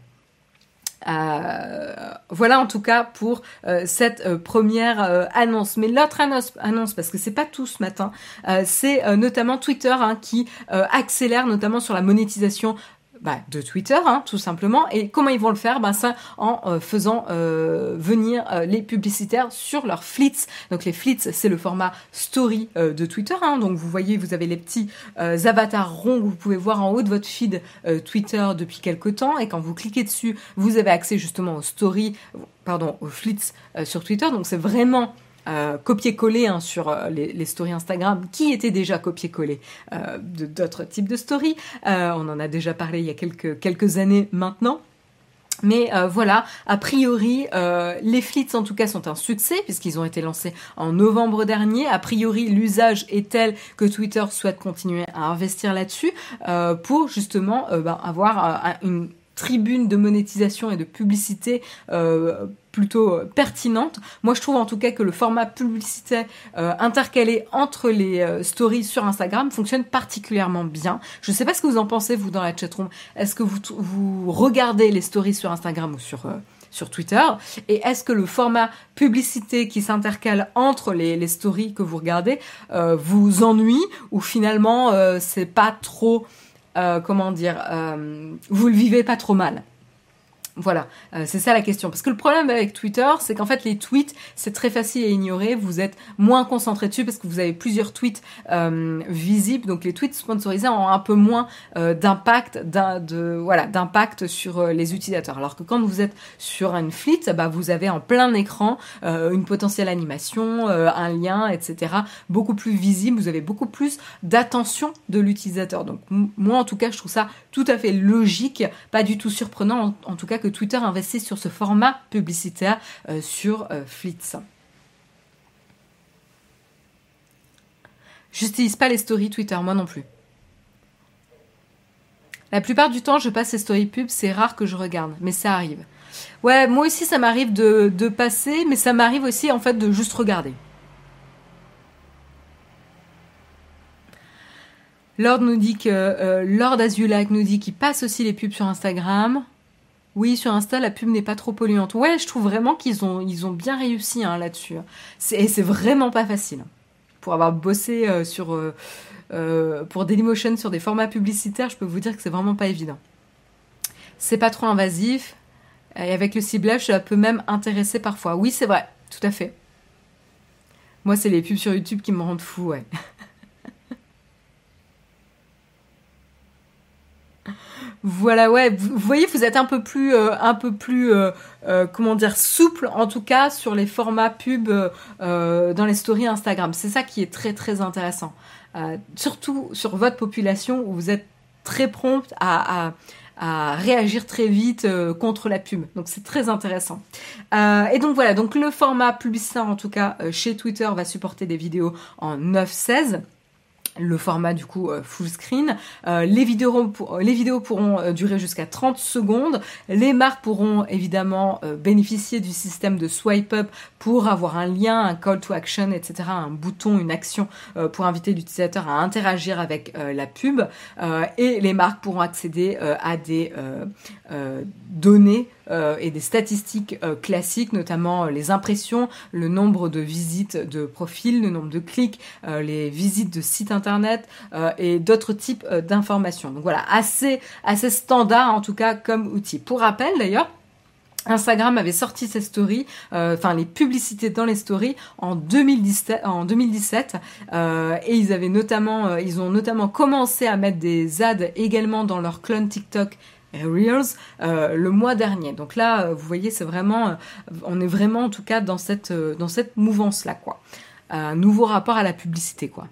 Voilà en tout cas pour cette première annonce. Mais l'autre annonce, parce que c'est pas tout ce matin, c'est notamment Twitter qui accélère notamment sur la monétisation de Twitter, tout simplement. Et comment ils vont le faire? Ça en faisant venir les publicitaires sur leurs flits. Donc les flits, c'est le format story de Twitter. Donc vous voyez, vous avez les petits avatars ronds que vous pouvez voir en haut de votre feed Twitter depuis quelques temps. Et quand vous cliquez dessus, vous avez accès justement aux flits sur Twitter. Donc c'est vraiment copier-coller sur les stories Instagram qui étaient déjà copier-coller d'autres types de stories. On en a déjà parlé il y a quelques années maintenant. Mais voilà, a priori, les flits en tout cas sont un succès puisqu'ils ont été lancés en novembre dernier. A priori, l'usage est tel que Twitter souhaite continuer à investir là-dessus pour justement avoir une tribune de monétisation et de publicité plutôt pertinente. Moi, je trouve en tout cas que le format publicitaire intercalé entre les stories sur Instagram fonctionne particulièrement bien. Je ne sais pas ce que vous en pensez, vous, dans la chatroom. Est-ce que vous regardez les stories sur Instagram ou sur Twitter? Et est-ce que le format publicité qui s'intercale entre les stories que vous regardez vous ennuie, ou finalement c'est pas trop, vous le vivez pas trop mal? Voilà, c'est ça la question. Parce que le problème avec Twitter, c'est qu'en fait les tweets, c'est très facile à ignorer. Vous êtes moins concentré dessus parce que vous avez plusieurs tweets visibles. Donc les tweets sponsorisés ont un peu moins d'impact sur les utilisateurs. Alors que quand vous êtes sur une fleet, vous avez en plein écran une potentielle animation, un lien, etc. beaucoup plus visible. Vous avez beaucoup plus d'attention de l'utilisateur. Donc moi, en tout cas, je trouve ça tout à fait logique, pas du tout surprenant, en tout cas, que Twitter investisse sur ce format publicitaire sur Fleets. J'utilise pas les stories Twitter, moi non plus. La plupart du temps, je passe les stories pubs, c'est rare que je regarde, mais ça arrive. Ouais, moi aussi, ça m'arrive de passer, mais ça m'arrive aussi, en fait, de juste regarder. Lord nous dit que Lord Azulac nous dit qu'il passe aussi les pubs sur Instagram. Oui, sur Insta, la pub n'est pas trop polluante. Ouais, je trouve vraiment qu'ils ont bien réussi là-dessus. C'est vraiment pas facile. Pour avoir bossé pour Dailymotion sur des formats publicitaires, je peux vous dire que c'est vraiment pas évident. C'est pas trop invasif. Et avec le ciblage, ça peut même intéresser parfois. Oui, c'est vrai, tout à fait. Moi, c'est les pubs sur YouTube qui me rendent fou, ouais. Voilà, ouais, vous voyez, vous êtes un peu plus souple, en tout cas, sur les formats pub dans les stories Instagram. C'est ça qui est très, très intéressant. Surtout sur votre population, où vous êtes très prompt à réagir très vite contre la pub. Donc, c'est très intéressant. Et donc, voilà, donc le format publicitaire, en tout cas, chez Twitter, va supporter des vidéos en 9:16. Le format du coup full screen. Les vidéos pourront durer jusqu'à 30 secondes. Les marques pourront évidemment bénéficier du système de swipe up pour avoir un lien, un call to action, etc. Un bouton, une action pour inviter l'utilisateur à interagir avec la pub. Et les marques pourront accéder à des données et des statistiques classiques, notamment les impressions, le nombre de visites de profil, le nombre de clics, les visites de sites internet et d'autres types d'informations. Donc voilà, assez standard en tout cas comme outil. Pour rappel d'ailleurs, Instagram avait sorti ses stories, les publicités dans les stories en 2017 et ils ont notamment commencé à mettre des ads également dans leur clone TikTok Reels le mois dernier. Donc là, vous voyez, on est vraiment en tout cas dans cette mouvance là, quoi. Un nouveau rapport à la publicité, quoi.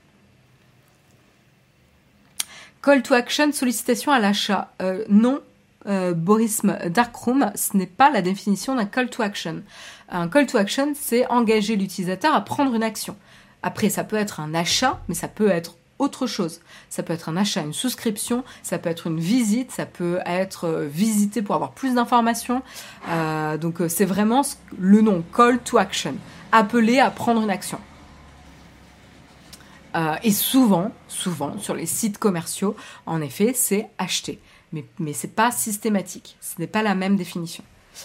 Call to action, sollicitation à l'achat. Non, Boris Darkroom, ce n'est pas la définition d'un call to action. Un call to action, c'est engager l'utilisateur à prendre une action. Après, ça peut être un achat, mais ça peut être autre chose. Ça peut être un achat, une souscription, ça peut être une visite, ça peut être visiter pour avoir plus d'informations. Donc c'est vraiment le nom, call to action, appeler à prendre une action. Et souvent, sur les sites commerciaux, en effet, c'est acheter. Mais c'est pas systématique, ce n'est pas la même définition.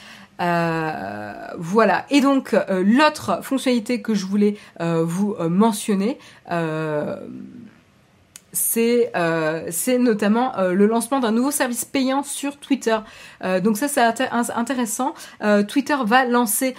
Voilà. Et donc l'autre fonctionnalité que je voulais vous mentionner, c'est notamment le lancement d'un nouveau service payant sur Twitter. Donc ça, c'est intéressant. Twitter va lancer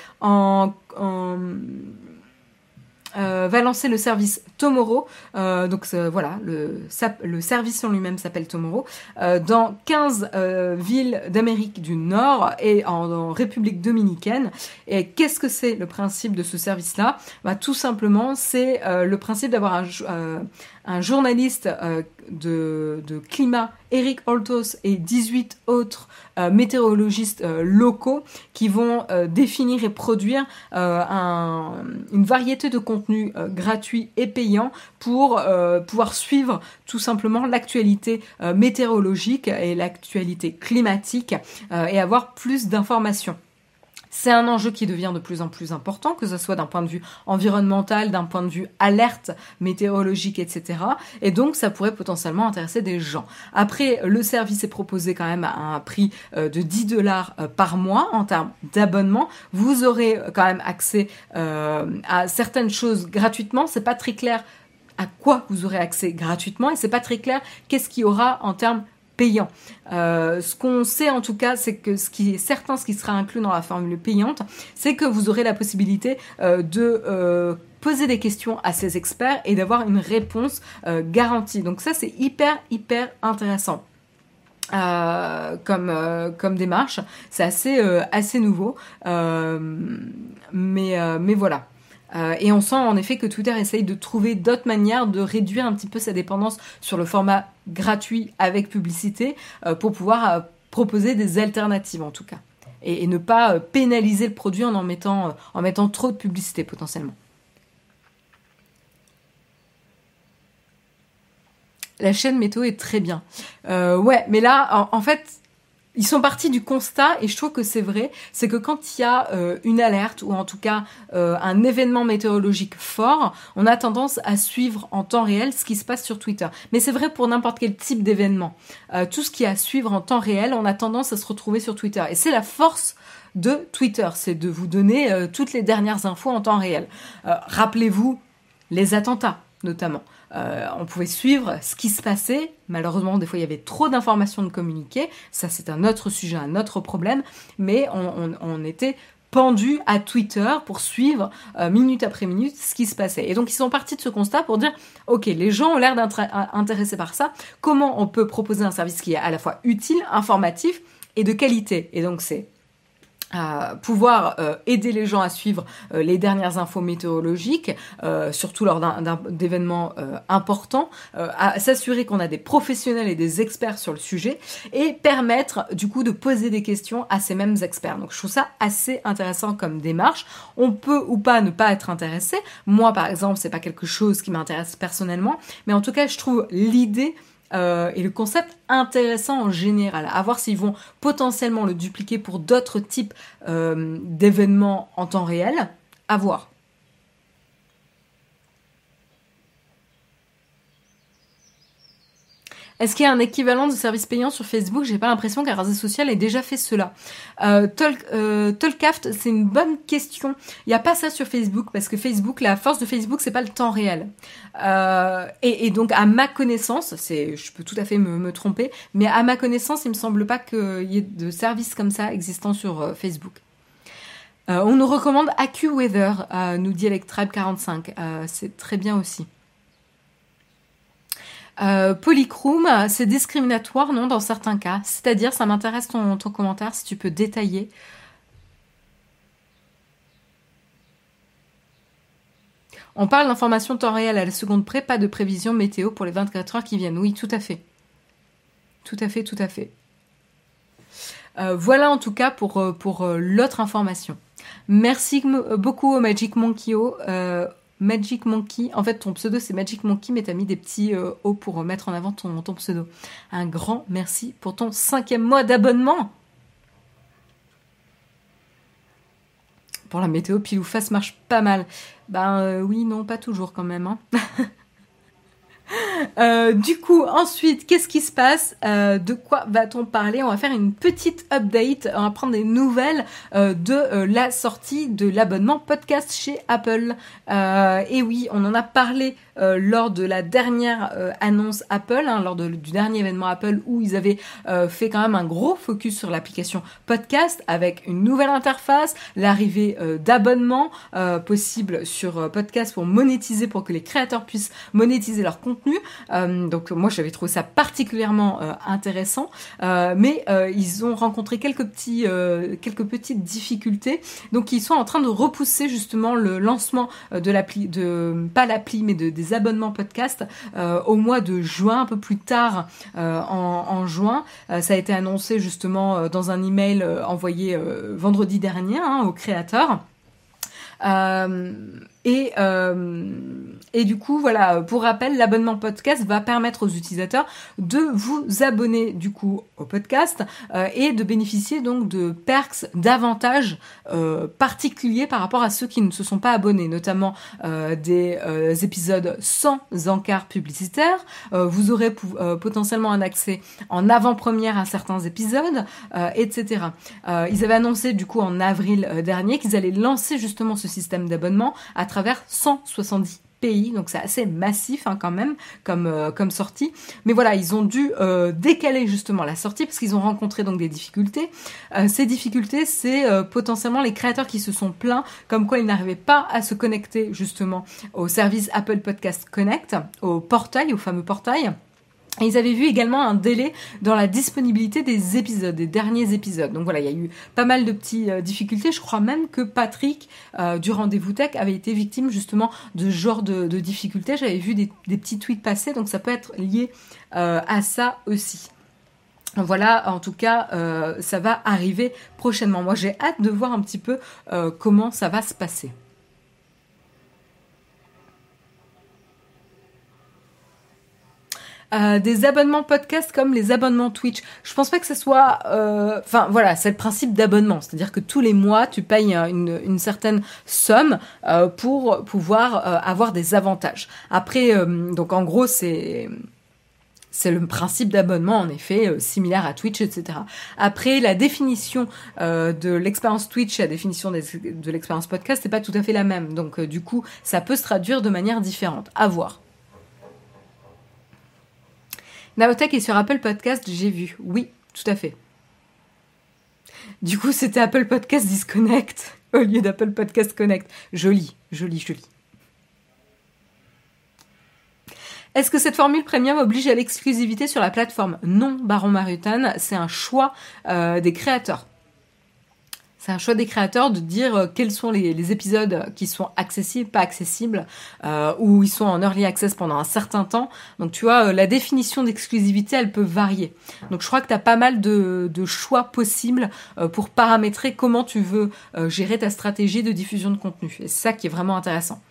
va lancer le service Tomorrow. Donc voilà, le service en lui-même s'appelle Tomorrow. Dans 15 villes d'Amérique du Nord et en République dominicaine. Et qu'est-ce que c'est le principe de ce service-là ? Tout simplement, c'est le principe d'avoir un journaliste de climat, Eric Holtos, et 18 autres météorologistes locaux qui vont définir et produire une variété de contenus gratuits et payants pour pouvoir suivre tout simplement l'actualité météorologique et l'actualité climatique et avoir plus d'informations. C'est un enjeu qui devient de plus en plus important, que ce soit d'un point de vue environnemental, d'un point de vue alerte météorologique, etc. Et donc, ça pourrait potentiellement intéresser des gens. Après, le service est proposé quand même à un prix de $10 par mois en termes d'abonnement. Vous aurez quand même accès à certaines choses gratuitement. C'est pas très clair à quoi vous aurez accès gratuitement et c'est pas très clair qu'est-ce qu'il y aura en termes payant. Ce qu'on sait en tout cas, c'est que ce qui est certain, ce qui sera inclus dans la formule payante, c'est que vous aurez la possibilité de poser des questions à ces experts et d'avoir une réponse garantie. Donc ça, c'est hyper intéressant. Comme démarche, c'est assez nouveau, mais voilà. Et on sent en effet que Twitter essaye de trouver d'autres manières de réduire un petit peu sa dépendance sur le format gratuit avec publicité pour pouvoir proposer des alternatives en tout cas. Et ne pas pénaliser le produit en mettant trop de publicité potentiellement. La chaîne météo est très bien. Ouais, mais là, en fait, ils sont partis du constat, et je trouve que c'est vrai, c'est que quand il y a une alerte, ou en tout cas un événement météorologique fort, on a tendance à suivre en temps réel ce qui se passe sur Twitter. Mais c'est vrai pour n'importe quel type d'événement. Tout ce qui est à suivre en temps réel, on a tendance à se retrouver sur Twitter. Et c'est la force de Twitter, c'est de vous donner toutes les dernières infos en temps réel. Rappelez-vous les attentats, notamment. On pouvait suivre ce qui se passait. Malheureusement, des fois, il y avait trop d'informations de communiquer. Ça, c'est un autre sujet, un autre problème. Mais on était pendu à Twitter pour suivre minute après minute ce qui se passait. Et donc, ils sont partis de ce constat pour dire, OK, les gens ont l'air d'être intéressés par ça. Comment on peut proposer un service qui est à la fois utile, informatif et de qualité? Et donc, c'est pouvoir aider les gens à suivre les dernières infos météorologiques, surtout lors d'événements importants, à s'assurer qu'on a des professionnels et des experts sur le sujet, et permettre du coup de poser des questions à ces mêmes experts. Donc je trouve ça assez intéressant comme démarche. On peut ou pas ne pas être intéressé. Moi par exemple, c'est pas quelque chose qui m'intéresse personnellement, mais en tout cas je trouve l'idée et le concept intéressant en général. À voir s'ils vont potentiellement le dupliquer pour d'autres types d'événements en temps réel. À voir. Est-ce qu'il y a un équivalent de service payant sur Facebook? J'ai pas l'impression qu'un réseau social ait déjà fait cela. Talkaft, c'est une bonne question. Il n'y a pas ça sur Facebook, parce que Facebook, la force de Facebook, c'est pas le temps réel. Et donc, à ma connaissance, je peux tout à fait me tromper, mais à ma connaissance, il me semble pas qu'il y ait de services comme ça existant sur Facebook. On nous recommande AccuWeather, nous dit Electribe45. C'est très bien aussi. Polychrome, c'est discriminatoire, non, dans certains cas. C'est-à-dire, ça m'intéresse ton commentaire, si tu peux détailler. On parle d'information temps réel à la seconde près, pas de prévision météo pour les 24 heures qui viennent. Oui, tout à fait. Tout à fait. Voilà en tout cas pour l'autre information. Merci beaucoup au Magic Monkey. Magic Monkey, en fait ton pseudo c'est Magic Monkey, mais t'as mis des petits O pour mettre en avant ton pseudo. Un grand merci pour ton 5e mois d'abonnement. Pour la météo, pile ou face marche pas mal. Oui, non, pas toujours quand même. Hein. Du coup, ensuite, qu'est-ce qui se passe? De quoi va-t-on parler? On va faire une petite update, on va prendre des nouvelles de la sortie de l'abonnement podcast chez Apple. Et oui, on en a parlé lors de la dernière annonce Apple, lors du dernier événement Apple où ils avaient fait quand même un gros focus sur l'application podcast avec une nouvelle interface, l'arrivée d'abonnements possibles sur podcast pour monétiser, pour que les créateurs puissent monétiser leur contenu. Donc moi j'avais trouvé ça particulièrement intéressant, mais ils ont rencontré quelques petites difficultés. Donc ils sont en train de repousser justement le lancement de l'appli, pas l'appli, mais des abonnements podcast au mois de juin, un peu plus tard en juin. Ça a été annoncé justement dans un email envoyé vendredi dernier aux créateurs. Et du coup, voilà, pour rappel, l'abonnement podcast va permettre aux utilisateurs de vous abonner du coup au podcast et de bénéficier donc de perks, d'avantages particuliers par rapport à ceux qui ne se sont pas abonnés, notamment des épisodes sans encart publicitaire. Vous aurez potentiellement un accès en avant-première à certains épisodes, etc. Ils avaient annoncé du coup en avril dernier qu'ils allaient lancer justement ce système d'abonnement à travers 170 pays, donc c'est assez massif quand même comme sortie. Mais voilà, ils ont dû décaler justement la sortie parce qu'ils ont rencontré donc des difficultés. Ces difficultés, c'est potentiellement les créateurs qui se sont plaints comme quoi ils n'arrivaient pas à se connecter justement au service Apple Podcast Connect, au fameux portail. Et ils avaient vu également un délai dans la disponibilité des épisodes, des derniers épisodes. Donc voilà, il y a eu pas mal de petites difficultés. Je crois même que Patrick, du Rendez-vous Tech, avait été victime justement de ce genre de difficultés. J'avais vu des petits tweets passer, donc ça peut être lié à ça aussi. Voilà, en tout cas, ça va arriver prochainement. Moi, j'ai hâte de voir un petit peu comment ça va se passer. Des abonnements podcast comme les abonnements Twitch. Je pense pas que ce soit... Enfin, voilà, c'est le principe d'abonnement. C'est-à-dire que tous les mois, tu payes une certaine somme pour pouvoir avoir des avantages. Après, donc en gros, c'est le principe d'abonnement, en effet, similaire à Twitch, etc. Après, la définition de l'expérience Twitch et la définition de l'expérience podcast, c'est pas tout à fait la même. Donc, du coup, ça peut se traduire de manière différente. À voir. Naotech est sur Apple Podcast, j'ai vu. Oui, tout à fait. Du coup, c'était Apple Podcast Disconnect au lieu d'Apple Podcast Connect. Joli. Est-ce que cette formule premium oblige à l'exclusivité sur la plateforme ? Non, Baron Marutan, c'est un choix des créateurs. C'est un choix des créateurs de dire quels sont les épisodes qui sont accessibles, pas accessibles, ou ils sont en early access pendant un certain temps. Donc tu vois, la définition d'exclusivité, elle peut varier. Donc je crois que tu as pas mal de choix possibles pour paramétrer comment tu veux gérer ta stratégie de diffusion de contenu. Et c'est ça qui est vraiment intéressant.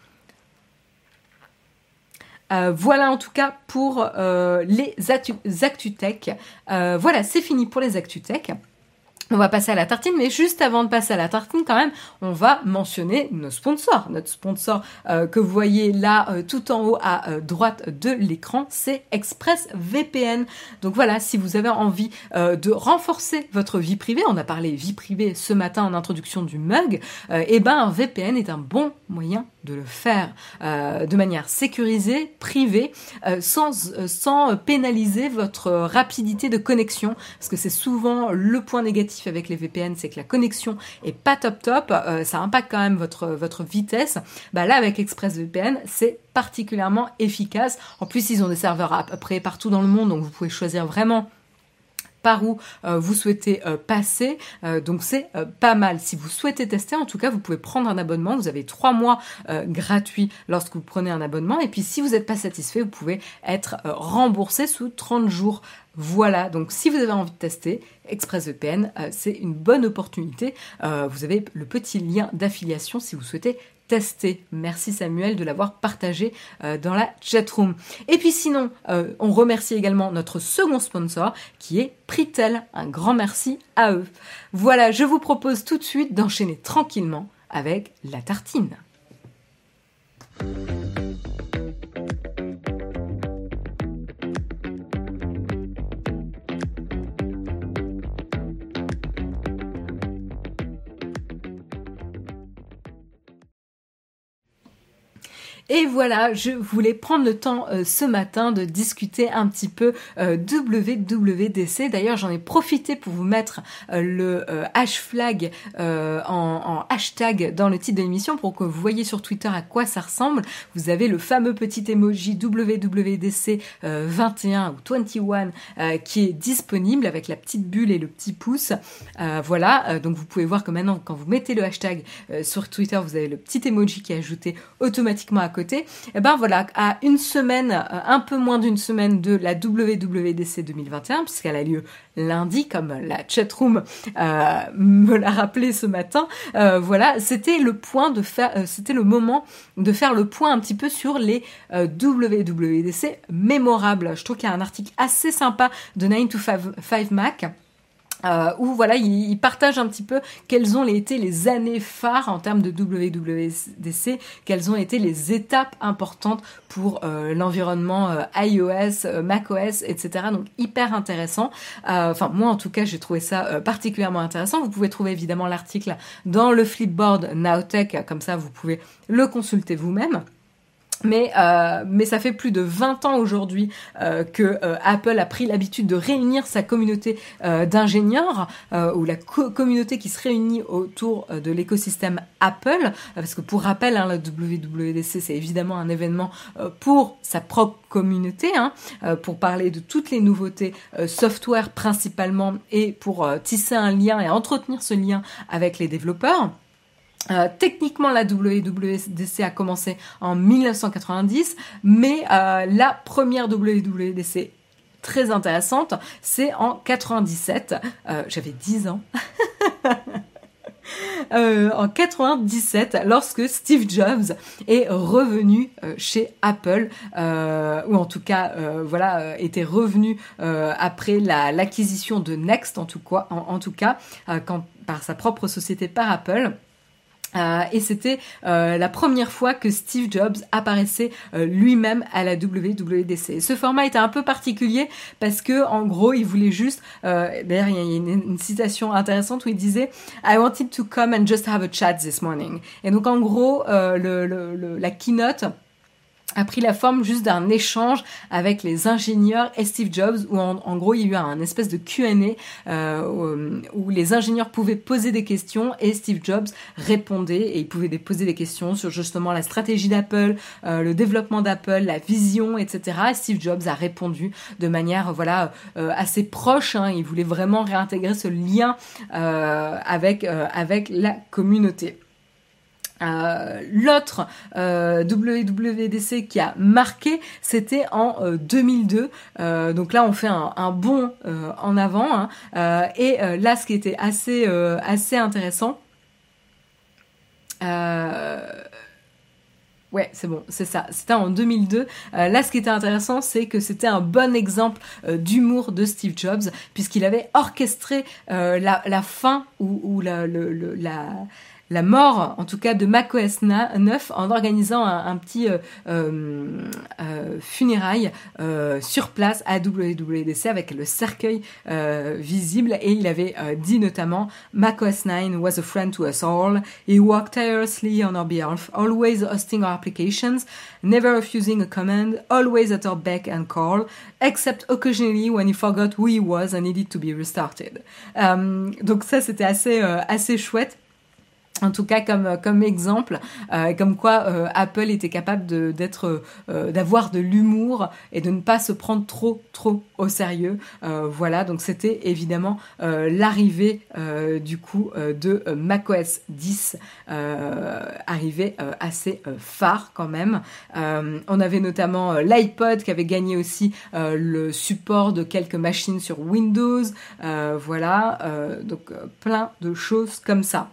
Voilà en tout cas pour les ActuTech. Voilà, c'est fini pour les ActuTech. On va passer à la tartine, mais juste avant de passer à la tartine, quand même, on va mentionner nos sponsors. Notre sponsor que vous voyez là, tout en haut à droite de l'écran, c'est ExpressVPN. Donc voilà, si vous avez envie de renforcer votre vie privée, on a parlé vie privée ce matin en introduction du mug, et ben un VPN est un bon moyen de le faire de manière sécurisée, privée, sans pénaliser votre rapidité de connexion, parce que c'est souvent le point négatif avec les VPN, c'est que la connexion est pas top, ça impacte quand même votre vitesse. Bah là, avec ExpressVPN, c'est particulièrement efficace. En plus, ils ont des serveurs à peu près partout dans le monde, donc vous pouvez choisir vraiment par où vous souhaitez passer, donc c'est pas mal. Si vous souhaitez tester, en tout cas, vous pouvez prendre un abonnement, vous avez 3 mois gratuits lorsque vous prenez un abonnement, et puis si vous n'êtes pas satisfait, vous pouvez être remboursé sous 30 jours. Voilà, donc si vous avez envie de tester, ExpressVPN, c'est une bonne opportunité. Vous avez le petit lien d'affiliation si vous souhaitez tester. Merci Samuel de l'avoir partagé dans la chatroom. Et puis sinon, on remercie également notre second sponsor qui est Pritel. Un grand merci à eux. Voilà, je vous propose tout de suite d'enchaîner tranquillement avec la tartine. Et voilà, je voulais prendre le temps ce matin de discuter un petit peu WWDC. D'ailleurs, j'en ai profité pour vous mettre le hashtag en hashtag dans le titre de l'émission pour que vous voyez sur Twitter à quoi ça ressemble. Vous avez le fameux petit emoji WWDC 21 ou 21 qui est disponible avec la petite bulle et le petit pouce. Voilà, donc vous pouvez voir que maintenant, quand vous mettez le hashtag sur Twitter, vous avez le petit emoji qui est ajouté automatiquement à côté. Et ben voilà, à une semaine, un peu moins d'une semaine de la WWDC 2021, puisqu'elle a lieu lundi, comme la chatroom me l'a rappelé ce matin. Voilà, c'était le moment de faire le point un petit peu sur les WWDC mémorables. Je trouve qu'il y a un article assez sympa de 9 to 5 Mac. Où voilà, il partage un petit peu quelles ont été les années phares en termes de WWDC, quelles ont été les étapes importantes pour l'environnement iOS, macOS, etc. Donc hyper intéressant. Enfin moi en tout cas j'ai trouvé ça particulièrement intéressant. Vous pouvez trouver évidemment l'article dans le Flipboard Nowtech, comme ça vous pouvez le consulter vous-même. Mais ça fait plus de 20 ans aujourd'hui que Apple a pris l'habitude de réunir sa communauté d'ingénieurs ou la communauté qui se réunit autour de l'écosystème Apple, parce que pour rappel, la WWDC c'est évidemment un événement pour sa propre communauté, pour parler de toutes les nouveautés software principalement et pour tisser un lien et entretenir ce lien avec les développeurs. Techniquement, la WWDC a commencé en 1990, mais la première WWDC très intéressante, c'est en 97. J'avais 10 ans. En 97, lorsque Steve Jobs est revenu chez Apple, ou en tout cas, était revenu après l'acquisition de Next, en tout cas, par sa propre société par Apple. Et c'était la première fois que Steve Jobs apparaissait lui-même à la WWDC. Et ce format était un peu particulier parce que en gros il voulait juste d'ailleurs il y a une citation intéressante où il disait I wanted to come and just have a chat this morning. Et donc en gros la keynote a pris la forme juste d'un échange avec les ingénieurs et Steve Jobs où en gros il y a eu un espèce de Q&A où les ingénieurs pouvaient poser des questions et Steve Jobs répondait et il pouvait poser des questions sur justement la stratégie d'Apple, le développement d'Apple, la vision, etc. Et Steve Jobs a répondu de manière assez proche, il voulait vraiment réintégrer ce lien avec la communauté. L'autre WWDC qui a marqué, c'était en 2002. Donc là, on fait un bond en avant. Et là, ce qui était assez intéressant. Ouais, c'est bon, c'est ça. C'était en 2002. Là, ce qui était intéressant, c'est que c'était un bon exemple d'humour de Steve Jobs, puisqu'il avait orchestré la fin ou la mort, en tout cas, de macOS 9 en organisant un petit funérailles sur place à WWDC avec le cercueil visible. Et il avait dit notamment « macOS 9 was a friend to us all. He worked tirelessly on our behalf, always hosting our applications, never refusing a command, always at our beck and call, except occasionally when he forgot who he was and needed to be restarted. » Donc ça, c'était assez chouette. En tout cas, comme exemple, comme quoi Apple était capable d'avoir de l'humour et de ne pas se prendre trop au sérieux. Voilà, donc c'était évidemment l'arrivée du coup de macOS 10, arrivée assez phare quand même. On avait notamment l'iPod qui avait gagné aussi le support de quelques machines sur Windows. Voilà, donc plein de choses comme ça.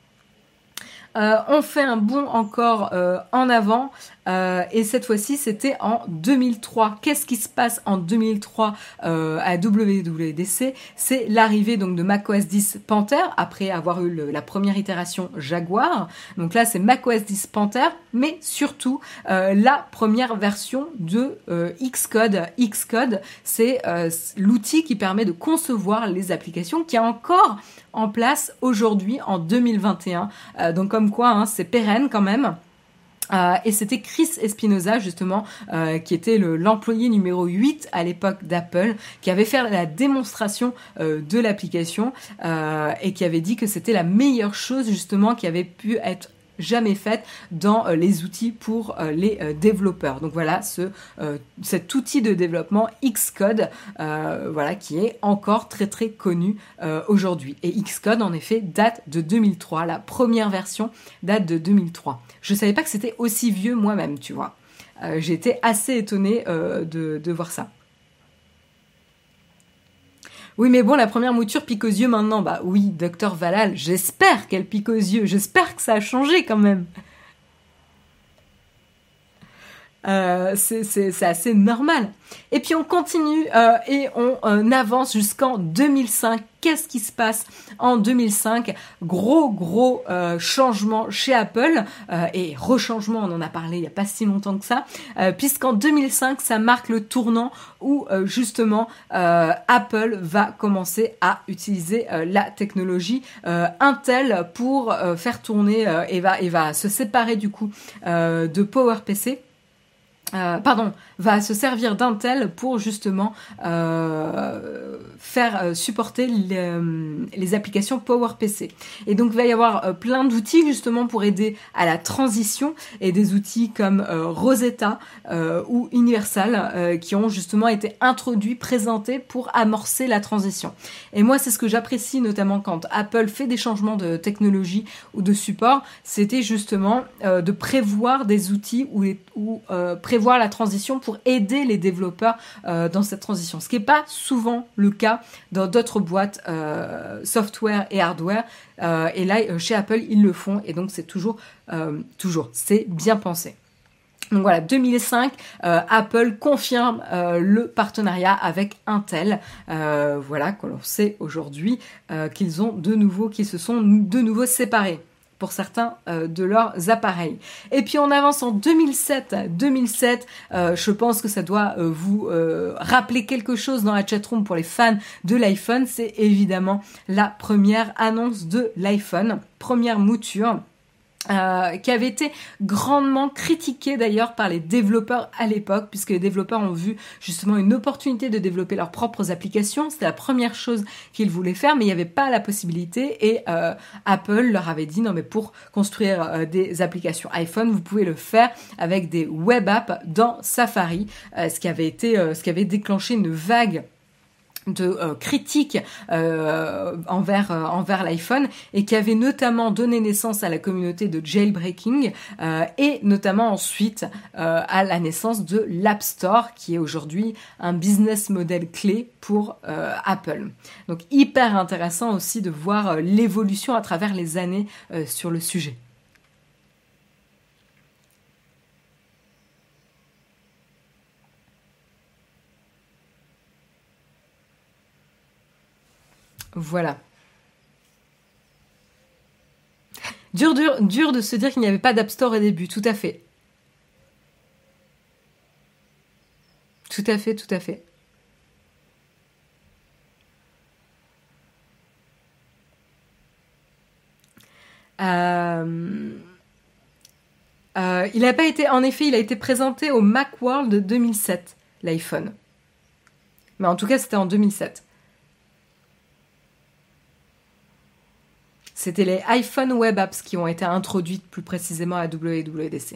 On fait un bond encore en avant et cette fois-ci c'était en 2003. Qu'est-ce qui se passe en 2003 à WWDC? C'est l'arrivée donc de macOS 10 Panther après avoir eu la première itération Jaguar. Donc là c'est macOS 10 Panther, mais surtout la première version de Xcode. Xcode, c'est l'outil qui permet de concevoir les applications qui est encore en place aujourd'hui en 2021. Donc comme quoi, c'est pérenne quand même. Et c'était Chris Espinosa, justement, qui était l'employé numéro 8 à l'époque d'Apple, qui avait fait la démonstration de l'application et qui avait dit que c'était la meilleure chose, justement, qui avait pu être jamais faite dans les outils pour les développeurs. Donc voilà, cet outil de développement Xcode, voilà, qui est encore très très connu aujourd'hui. Et Xcode, en effet, date de 2003. La première version date de 2003. Je savais pas que c'était aussi vieux moi-même, tu vois. J'ai été assez étonnée de voir ça. Oui, mais bon, la première mouture pique aux yeux maintenant. Bah oui, Docteur Valal, j'espère qu'elle pique aux yeux. J'espère que ça a changé quand même. C'est assez normal. Et puis on continue et on avance jusqu'en 2005. Qu'est-ce qui se passe en 2005? Gros changement chez Apple et rechangement, on en a parlé il n'y a pas si longtemps que ça, puisqu'en 2005, ça marque le tournant où justement Apple va commencer à utiliser la technologie Intel pour faire tourner et va se séparer du coup de PowerPC. Va se servir d'Intel pour justement faire supporter les applications PowerPC. Et donc il va y avoir plein d'outils justement pour aider à la transition et des outils comme Rosetta ou Universal qui ont justement été introduits, présentés pour amorcer la transition. Et moi c'est ce que j'apprécie notamment quand Apple fait des changements de technologie ou de support, c'était justement de prévoir des outils ou prévoir la transition pour aider les développeurs dans cette transition. Ce qui n'est pas souvent le cas dans d'autres boîtes software et hardware. Et là, chez Apple, ils le font. Et donc, c'est toujours, c'est bien pensé. Donc voilà, 2005, Apple confirme le partenariat avec Intel. Voilà, qu'on sait aujourd'hui qu'ils se sont de nouveau séparés pour certains de leurs appareils. Et puis on avance en 2007. 2007, je pense que ça doit vous rappeler quelque chose dans la chatroom pour les fans de l'iPhone. C'est évidemment la première annonce de l'iPhone, première mouture. Qui avait été grandement critiqué d'ailleurs par les développeurs à l'époque, puisque les développeurs ont vu justement une opportunité de développer leurs propres applications. C'était la première chose qu'ils voulaient faire, mais il n'y avait pas la possibilité et Apple leur avait dit non mais pour construire des applications iPhone, vous pouvez le faire avec des web apps dans Safari, ce qui avait déclenché une vague de critiques envers l'iPhone et qui avait notamment donné naissance à la communauté de jailbreaking et notamment ensuite à la naissance de l'App Store qui est aujourd'hui un business model clé pour Apple. Donc hyper intéressant aussi de voir l'évolution à travers les années sur le sujet. Voilà. Dur de se dire qu'il n'y avait pas d'App Store au début, tout à fait. Tout à fait, tout à fait. Il n'a pas été, en effet, il a été présenté au Macworld 2007, l'iPhone. Mais en tout cas, c'était en 2007. C'était les iPhone Web Apps qui ont été introduites plus précisément à WWDC.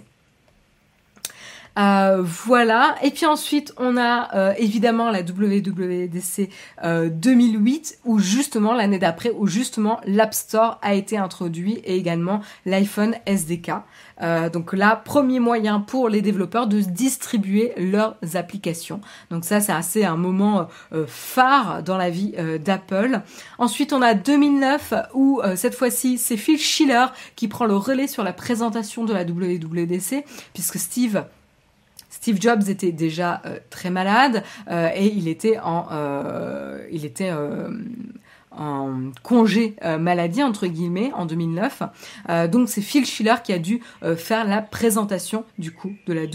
Voilà. Et puis ensuite, on a évidemment la WWDC 2008, où justement, l'année d'après, où justement l'App Store a été introduit et également l'iPhone SDK. Donc là, premier moyen pour les développeurs de distribuer leurs applications. Donc ça, c'est assez un moment phare dans la vie d'Apple. Ensuite, on a 2009 où cette fois-ci, c'est Phil Schiller qui prend le relais sur la présentation de la WWDC, puisque Steve Jobs était déjà très malade et il était en congé maladie entre guillemets en 2009. Donc c'est Phil Schiller qui a dû faire la présentation du coup de la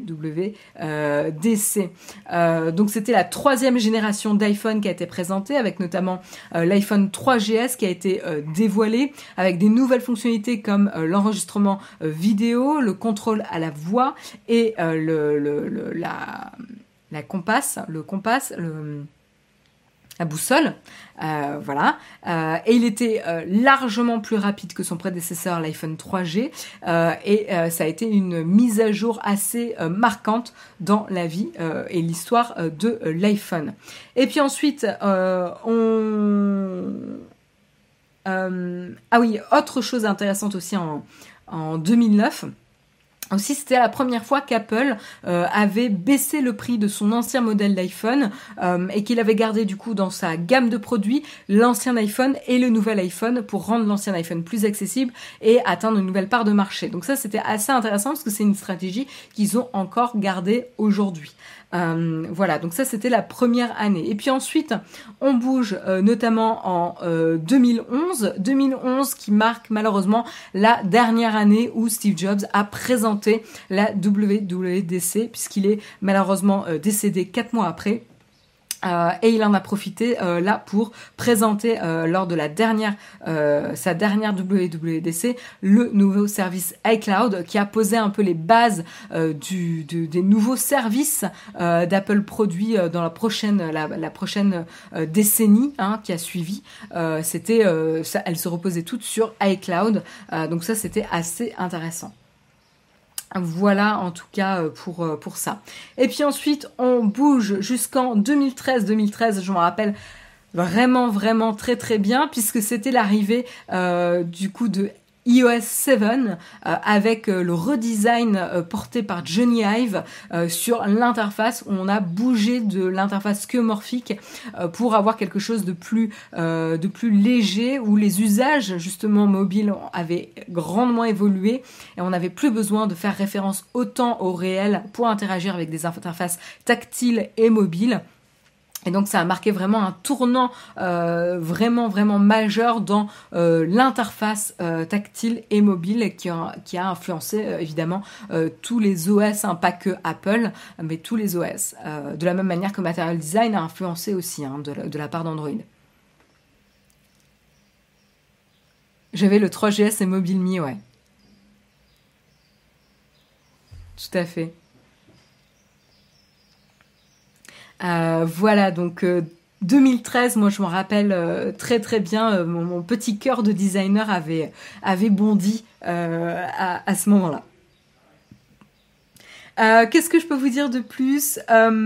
WWDC. Donc c'était la 3e génération d'iPhone qui a été présentée, avec notamment l'iPhone 3GS qui a été dévoilé, avec des nouvelles fonctionnalités comme l'enregistrement vidéo, le contrôle à la voix et la compasse, la boussole, voilà. Et il était largement plus rapide que son prédécesseur, l'iPhone 3G, et ça a été une mise à jour assez marquante dans la vie et l'histoire de l'iPhone. Et puis ensuite, ah oui, autre chose intéressante aussi en 2009. Aussi, c'était la première fois qu'Apple avait baissé le prix de son ancien modèle d'iPhone et qu'il avait gardé du coup dans sa gamme de produits l'ancien iPhone et le nouvel iPhone pour rendre l'ancien iPhone plus accessible et atteindre une nouvelle part de marché. Donc ça, c'était assez intéressant parce que c'est une stratégie qu'ils ont encore gardée aujourd'hui. Voilà, donc ça c'était la première année. Et puis ensuite, on bouge notamment en 2011 qui marque malheureusement la dernière année où Steve Jobs a présenté la WWDC, puisqu'il est malheureusement décédé 4 mois après. Et il en a profité là pour présenter lors de sa dernière WWDC le nouveau service iCloud, qui a posé un peu les bases des nouveaux services d'Apple produits dans la prochaine décennie qui a suivi. Elle se reposait toutes sur iCloud, donc ça c'était assez intéressant. Voilà en tout cas pour ça. Et puis ensuite on bouge jusqu'en 2013, je me rappelle vraiment très très bien, puisque c'était l'arrivée du coup de iOS 7 avec le redesign porté par Johnny Ive sur l'interface, où on a bougé de l'interface skeuomorphique pour avoir quelque chose de plus léger, où les usages justement mobiles avaient grandement évolué et on n'avait plus besoin de faire référence autant au réel pour interagir avec des interfaces tactiles et mobiles. Et donc ça a marqué vraiment un tournant vraiment majeur dans l'interface tactile et mobile qui a influencé évidemment tous les OS, pas que Apple, mais tous les OS. De la même manière que Material Design a influencé aussi de la part d'Android. J'avais le 3GS et MobileMe, ouais. Tout à fait. Voilà, donc 2013, moi je me rappelle très très bien, mon petit cœur de designer avait bondi à ce moment-là. Qu'est-ce que je peux vous dire de plus ?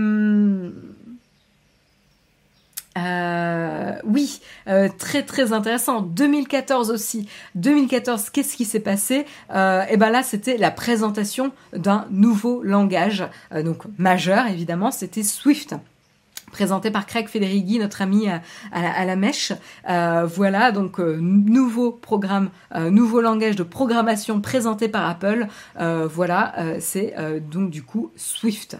Oui, très très intéressant. 2014 aussi. 2014, qu'est-ce qui s'est passé ? Et ben là, c'était la présentation d'un nouveau langage, donc majeur évidemment, c'était Swift. Présenté par Craig Federighi, notre ami à la mèche. Voilà, donc nouveau programme, nouveau langage de programmation présenté par Apple. Voilà, c'est donc du coup Swift.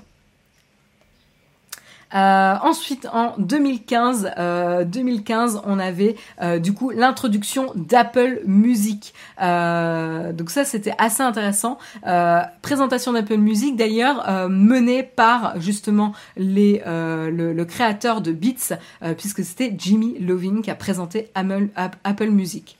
Ensuite, en 2015, on avait du coup l'introduction d'Apple Music. Donc ça, c'était assez intéressant. Présentation d'Apple Music, d'ailleurs, menée par justement le créateur de Beats, puisque c'était Jimmy Iovine qui a présenté Apple Music.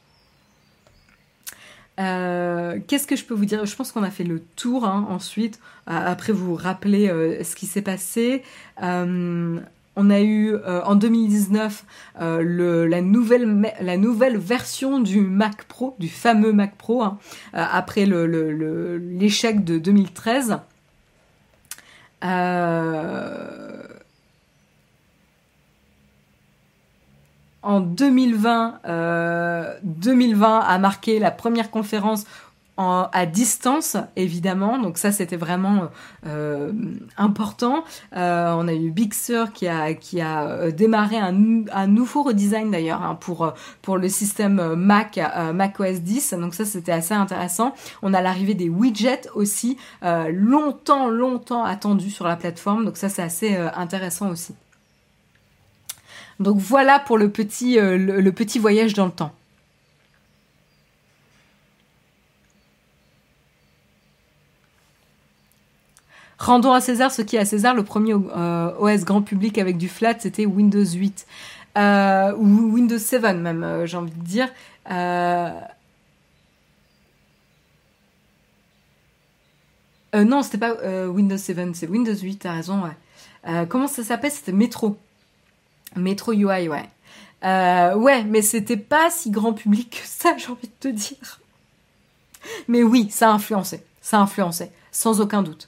Qu'est-ce que je peux vous dire ? Je pense qu'on a fait le tour ensuite. Après, vous vous rappelez ce qui s'est passé. On a eu en 2019 la nouvelle version du Mac Pro, du fameux Mac Pro, après l'échec de 2013. En 2020 a marqué la première conférence à distance, évidemment. Donc ça, c'était vraiment important. On a eu Big Sur qui a démarré un nouveau redesign d'ailleurs pour le système Mac OS 10. Donc ça, c'était assez intéressant. On a l'arrivée des widgets aussi, longtemps attendu sur la plateforme. Donc ça, c'est assez intéressant aussi. Donc voilà pour le petit voyage dans le temps. Rendons à César ce qui est à César. Le premier OS grand public avec du flat, c'était Windows 8. Ou Windows 7 même, j'ai envie de dire. Non, c'était pas Windows 7, c'est Windows 8, t'as raison, ouais. Comment ça s'appelle? C'était Metro. Metro UI, ouais. Ouais, mais c'était pas si grand public que ça, j'ai envie de te dire. Mais oui, ça a influencé. Ça a influencé, sans aucun doute.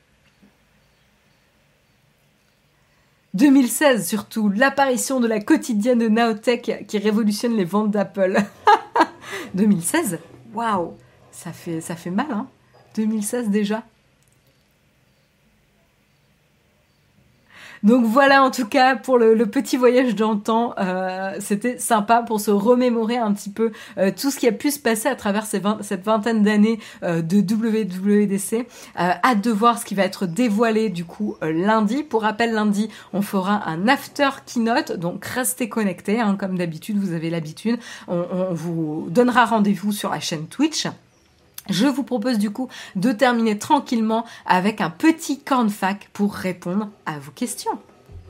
2016 surtout, l'apparition de la quotidienne de Naotech qui révolutionne les ventes d'Apple. 2016? Waouh, ça fait mal, hein. 2016 déjà. Donc voilà en tout cas pour le petit voyage dans le temps, c'était sympa pour se remémorer un petit peu tout ce qui a pu se passer à travers cette vingtaine d'années de WWDC. Hâte de voir ce qui va être dévoilé du coup lundi. Pour rappel, lundi on fera un after keynote, donc restez connectés, hein, comme d'habitude, vous avez l'habitude. On vous donnera rendez-vous sur la chaîne Twitch. Je vous propose du coup de terminer tranquillement avec un petit cornfac pour répondre à vos questions.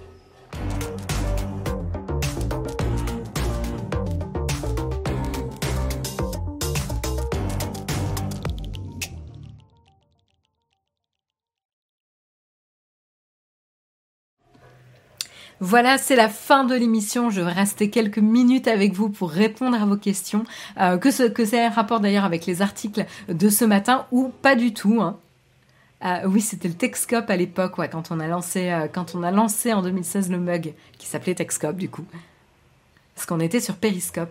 Voilà, c'est la fin de l'émission. Je vais rester quelques minutes avec vous pour répondre à vos questions. Que c'est un rapport d'ailleurs avec les articles de ce matin ou pas du tout, hein. Oui, c'était le Techscope à l'époque, ouais, quand on a lancé en 2016 le mug qui s'appelait Techscope du coup. Parce qu'on était sur Periscope.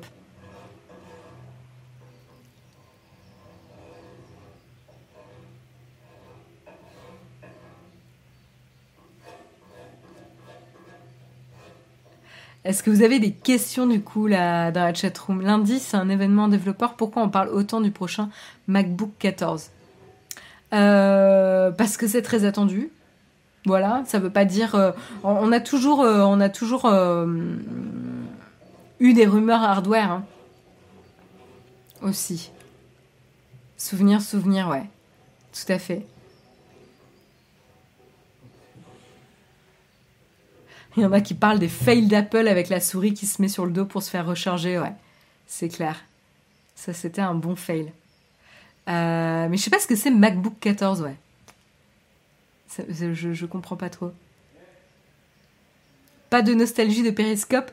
Est-ce que vous avez des questions du coup là dans la chatroom? Lundi, c'est un événement développeur. Pourquoi on parle autant du prochain MacBook 14? Parce que c'est très attendu. Voilà, ça veut pas dire. On a toujours eu des rumeurs hardware, hein, aussi. Souvenir, ouais, tout à fait. Il y en a qui parlent des fails d'Apple avec la souris qui se met sur le dos pour se faire recharger, ouais, c'est clair. Ça, c'était un bon fail. Mais je sais pas ce que c'est MacBook 14, ouais. Je comprends pas trop. Pas de nostalgie de Periscope.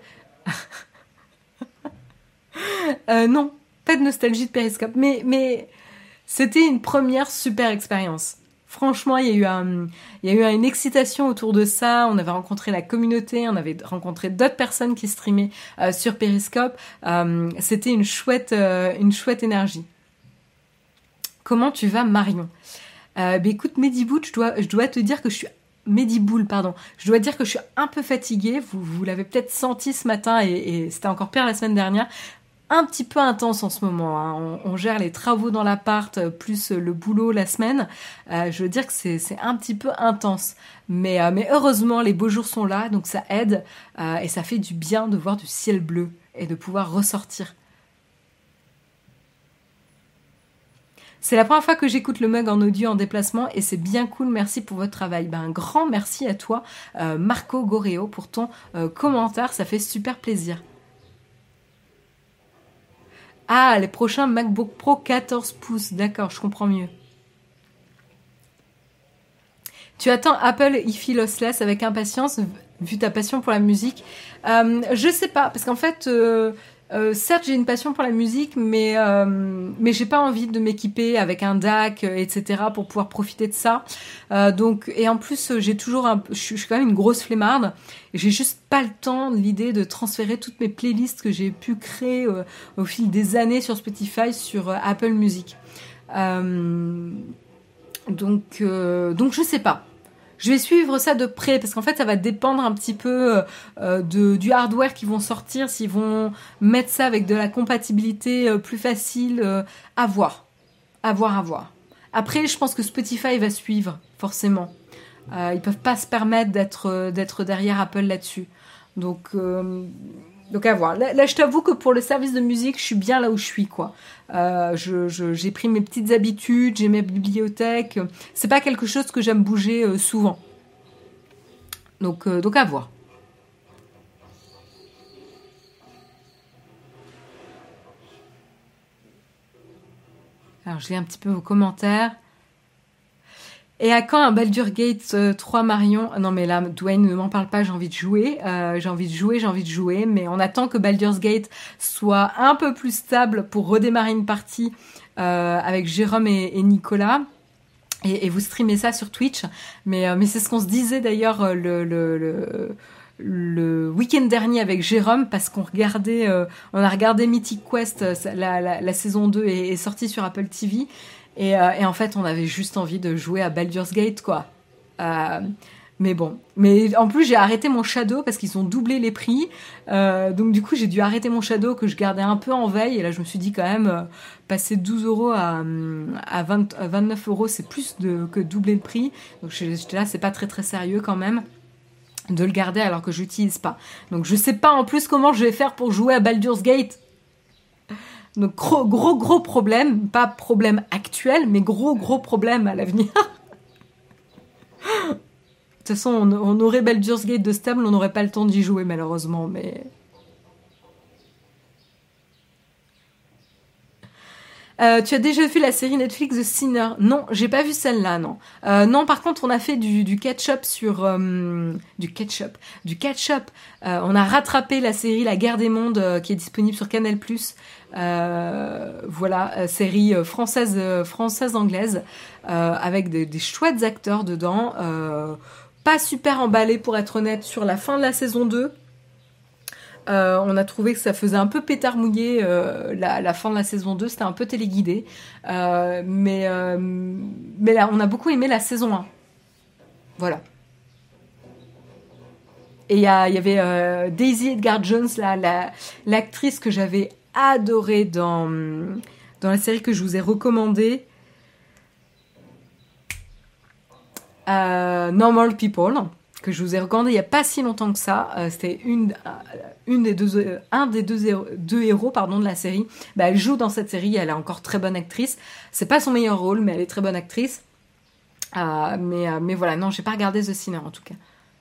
Non, pas de nostalgie de Periscope. Mais c'était une première super expérience. Franchement, il y a eu une excitation autour de ça. On avait rencontré la communauté, on avait rencontré d'autres personnes qui streamaient sur Periscope. C'était une chouette énergie. Comment tu vas, Marion? Écoute, Mediboul, je dois te dire que je suis... Mediboul, pardon. Je dois dire que je suis un peu fatiguée. Vous l'avez peut-être senti ce matin et c'était encore pire la semaine dernière. Un petit peu intense en ce moment, hein. On gère les travaux dans l'appart plus le boulot la semaine. Je veux dire que c'est un petit peu intense. Mais heureusement, les beaux jours sont là, donc ça aide. Et ça fait du bien de voir du ciel bleu et de pouvoir ressortir. C'est la première fois que j'écoute le mug en audio en déplacement et c'est bien cool, merci pour votre travail. Un grand merci à toi, Marco Goreo, pour ton commentaire, ça fait super plaisir. Ah, les prochains MacBook Pro 14 pouces, d'accord, je comprends mieux. Tu attends Apple hi-fi lossless avec impatience, vu ta passion pour la musique. Je sais pas, parce qu'en fait... certes, j'ai une passion pour la musique, mais j'ai pas envie de m'équiper avec un DAC, etc. pour pouvoir profiter de ça. Et en plus, je suis quand même une grosse flemmarde. Et j'ai juste pas le temps, l'idée de transférer toutes mes playlists que j'ai pu créer au fil des années sur Spotify sur Apple Music. Donc je sais pas. Je vais suivre ça de près parce qu'en fait ça va dépendre un petit peu du hardware qu'ils vont sortir, s'ils vont mettre ça avec de la compatibilité plus facile, à voir. Après je pense que Spotify va suivre forcément. Ils peuvent pas se permettre d'être derrière Apple là-dessus. Donc à voir. Là, je t'avoue que pour le service de musique, je suis bien là où je suis, quoi. J'ai pris mes petites habitudes, j'ai mes bibliothèques. C'est pas quelque chose que j'aime bouger souvent. Donc à voir. Alors je lis un petit peu vos commentaires. Et à quand un Baldur's Gate 3 Marion? Non mais là, Dwayne, ne m'en parle pas, j'ai envie de jouer. J'ai envie de jouer. Mais on attend que Baldur's Gate soit un peu plus stable pour redémarrer une partie avec Jérôme et Nicolas. Et vous streamez ça sur Twitch. Mais c'est ce qu'on se disait d'ailleurs le week-end dernier avec Jérôme, parce qu'on a regardé Mythic Quest, la saison 2 est sortie sur Apple TV. Et en fait, on avait juste envie de jouer à Baldur's Gate, quoi. Mais bon. Mais en plus, j'ai arrêté mon Shadow parce qu'ils ont doublé les prix. Donc du coup, j'ai dû arrêter mon Shadow que je gardais un peu en veille. Et là, je me suis dit quand même, passer 12 euros à 29 euros, c'est plus que doubler le prix. Donc j'étais là, c'est pas très très sérieux quand même de le garder alors que j'utilise pas. Donc je sais pas en plus comment je vais faire pour jouer à Baldur's Gate. Donc gros problème, pas problème actuel, mais gros problème à l'avenir. De toute façon, on aurait Baldur's Gate de stable, on n'aurait pas le temps d'y jouer malheureusement, mais... Tu as déjà vu la série Netflix The Sinner? Non, j'ai pas vu celle-là, non. Non, par contre, on a fait du catch-up sur... du catch-up. On a rattrapé la série La Guerre des Mondes qui est disponible sur Canal+. Voilà, série française-anglaise avec des chouettes acteurs dedans. Pas super emballé pour être honnête sur la fin de la saison 2. On a trouvé que ça faisait un peu pétard mouillé la fin de la saison 2, c'était un peu téléguidé. Mais là, on a beaucoup aimé la saison 1. Voilà. Et il y avait Daisy Edgar Jones, l'actrice que j'avais adorée dans la série que je vous ai recommandée. Normal People, que je vous ai recommandé il n'y a pas si longtemps que ça. C'était un des deux héros de la série. Elle joue dans cette série, elle est encore très bonne actrice. C'est pas son meilleur rôle, mais elle est très bonne actrice. Mais voilà, non, j'ai pas regardé The Sinner en tout cas.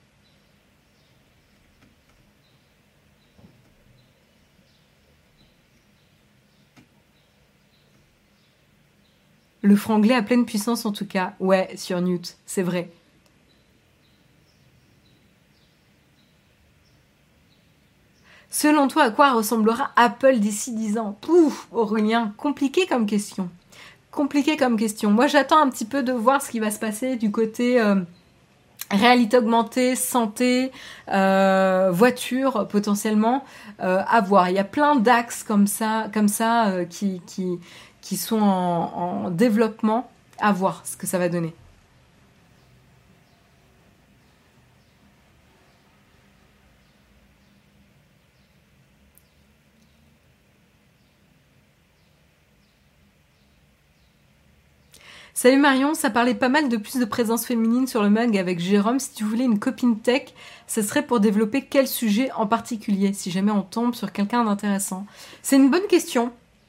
Le franglais à pleine puissance en tout cas. Ouais, sur Newt, c'est vrai. Selon toi, à quoi ressemblera Apple d'ici 10 ans? Pouf, Aurélien, compliqué comme question. Moi, j'attends un petit peu de voir ce qui va se passer du côté réalité augmentée, santé, voiture potentiellement. À voir. Il y a plein d'axes comme ça qui sont en développement. À voir ce que ça va donner. Salut Marion, ça parlait pas mal de plus de présence féminine sur le mug avec Jérôme. Si tu voulais une copine tech, ce serait pour développer quel sujet en particulier, si jamais on tombe sur quelqu'un d'intéressant? C'est une bonne question.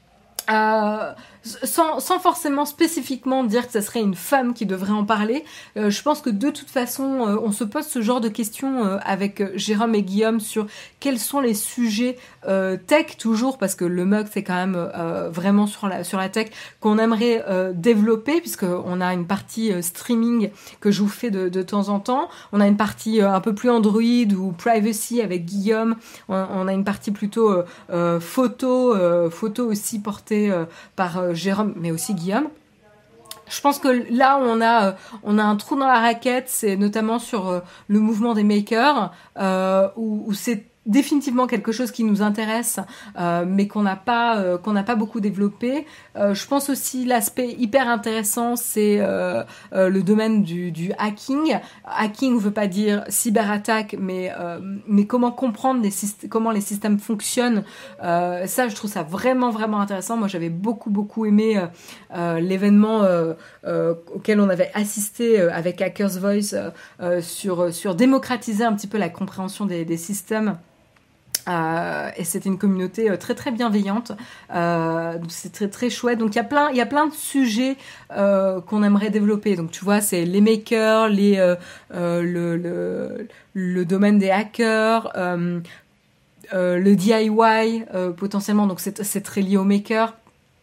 Sans forcément spécifiquement dire que ça serait une femme qui devrait en parler, je pense que de toute façon, on se pose ce genre de questions avec Jérôme et Guillaume sur quels sont les sujets tech toujours, parce que le mug c'est quand même vraiment sur la tech qu'on aimerait développer, puisqu'on a une partie streaming que je vous fais de temps en temps, on a une partie un peu plus Android ou privacy avec Guillaume, on a une partie plutôt photo aussi portée par Jérôme, mais aussi Guillaume. Je pense que là, on a un trou dans la raquette, c'est notamment sur le mouvement des makers, où c'est définitivement quelque chose qui nous intéresse, mais qu'on n'a pas beaucoup développé. Je pense aussi l'aspect hyper intéressant, c'est le domaine du hacking. Hacking ne veut pas dire cyberattaque, mais comment comprendre comment les systèmes fonctionnent. Ça, je trouve ça vraiment vraiment intéressant. Moi, j'avais beaucoup aimé l'événement auquel on avait assisté avec Hackers Voice sur démocratiser un petit peu la compréhension des systèmes. Et c'était une communauté très très bienveillante, donc c'est très très chouette. Donc il y a plein de sujets qu'on aimerait développer. Donc tu vois, c'est les makers, le domaine des hackers, le DIY potentiellement. Donc c'est très lié aux makers.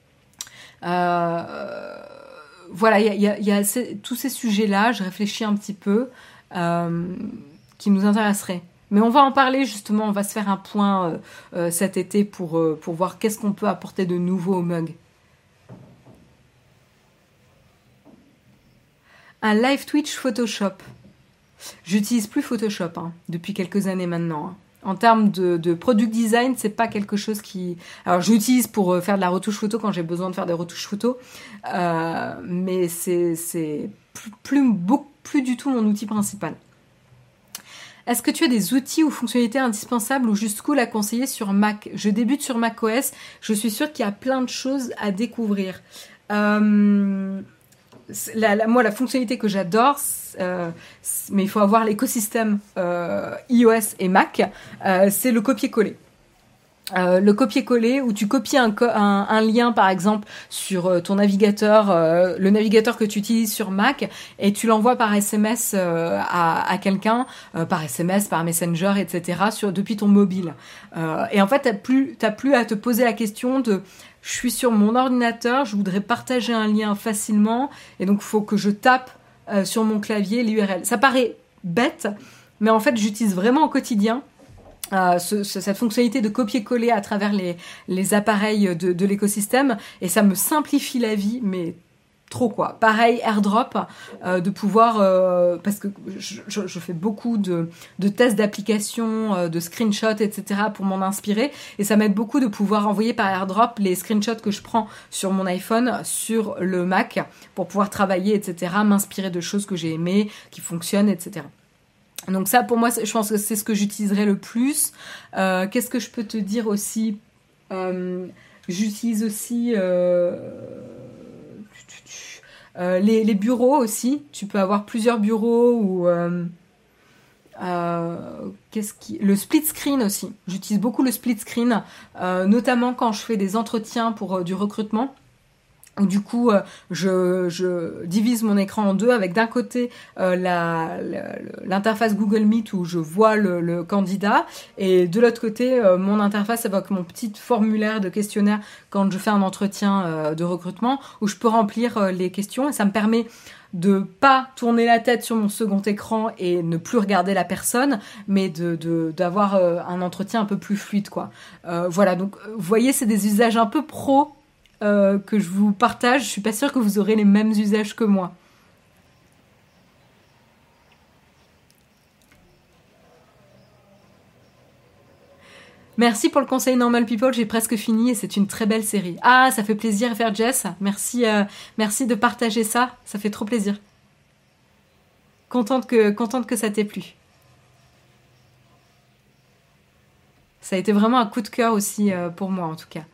Voilà, il y a tous ces sujets-là. Je réfléchis un petit peu qui nous intéresseraient. Mais on va en parler justement, on va se faire un point cet été pour voir qu'est-ce qu'on peut apporter de nouveau au mug. Un live Twitch Photoshop. J'utilise plus Photoshop depuis quelques années maintenant. En termes de product design, c'est pas quelque chose qui... Alors j'utilise pour faire de la retouche photo quand j'ai besoin de faire des retouches photo, mais c'est plus du tout mon outil principal. Est-ce que tu as des outils ou fonctionnalités indispensables ou juste cool à conseiller sur Mac ? Je débute sur macOS, je suis sûre qu'il y a plein de choses à découvrir. Moi, la fonctionnalité que j'adore, mais il faut avoir l'écosystème iOS et Mac, c'est le copier-coller. Le copier-coller où tu copies un lien par exemple sur ton navigateur, le navigateur que tu utilises sur Mac, et tu l'envoies par SMS à quelqu'un, par SMS, par Messenger, etc. depuis ton mobile. Et en fait, t'as plus à te poser la question de je suis sur mon ordinateur, je voudrais partager un lien facilement, et donc il faut que je tape sur mon clavier l'URL. Ça paraît bête, mais en fait j'utilise vraiment au quotidien cette fonctionnalité de copier-coller à travers les appareils de l'écosystème, et ça me simplifie la vie, mais trop quoi. Pareil, AirDrop, de pouvoir, parce que je fais beaucoup de tests d'application, de screenshots, etc. pour m'en inspirer, et ça m'aide beaucoup de pouvoir envoyer par AirDrop les screenshots que je prends sur mon iPhone, sur le Mac, pour pouvoir travailler, etc., m'inspirer de choses que j'ai aimées, qui fonctionnent, etc. Donc ça, pour moi, je pense que c'est ce que j'utiliserai le plus. Qu'est-ce que je peux te dire aussi ? J'utilise aussi les bureaux aussi. Tu peux avoir plusieurs bureaux ou le split screen aussi. J'utilise beaucoup le split screen, notamment quand je fais des entretiens pour du recrutement. Du coup, je divise mon écran en deux avec d'un côté l'interface Google Meet où je vois le candidat, et de l'autre côté mon interface avec mon petit formulaire de questionnaire quand je fais un entretien de recrutement où je peux remplir les questions, et ça me permet de pas tourner la tête sur mon second écran et ne plus regarder la personne, mais d'avoir un entretien un peu plus fluide, quoi. Voilà, donc vous voyez, c'est des usages un peu pro que je vous partage. Je suis pas sûre que vous aurez les mêmes usages que moi. Merci pour le conseil Normal People, j'ai presque fini et c'est une très belle série. Ah, ça fait plaisir à faire, Jess. Merci de partager ça, ça fait trop plaisir. Contente que ça t'ait plu. Ça a été vraiment un coup de cœur aussi pour moi en tout cas.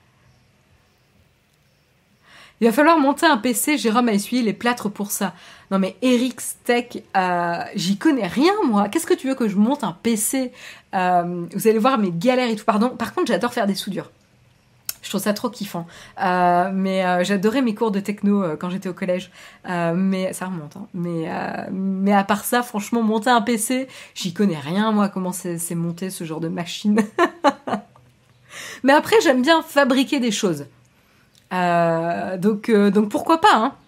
Il va falloir monter un PC, Jérôme a essuyé les plâtres pour ça. Non mais Eric's Tech, j'y connais rien moi. Qu'est-ce que tu veux que je monte un PC ? Vous allez voir mes galères et tout. Par contre, j'adore faire des soudures. Je trouve ça trop kiffant. Mais j'adorais mes cours de techno quand j'étais au collège. Mais ça remonte. Hein. Mais à part ça, franchement, monter un PC, j'y connais rien moi. Comment c'est monté ce genre de machine. Mais après, j'aime bien fabriquer des choses. Donc pourquoi pas, hein.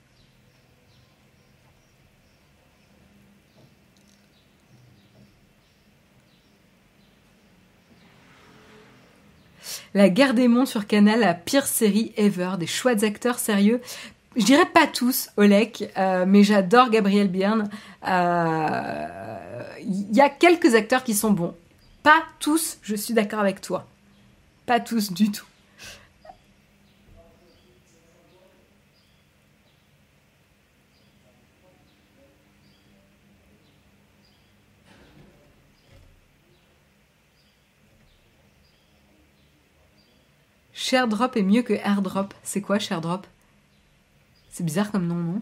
La Guerre des Mondes sur Canal, la pire série ever, des chouettes acteurs sérieux. Je dirais pas tous, Olek, mais j'adore Gabriel Byrne. Il y a quelques acteurs qui sont bons. pas tous, je suis d'accord avec toi. Pas tous du tout. ShareDrop est mieux que AirDrop. C'est quoi ShareDrop? C'est bizarre comme nom, non?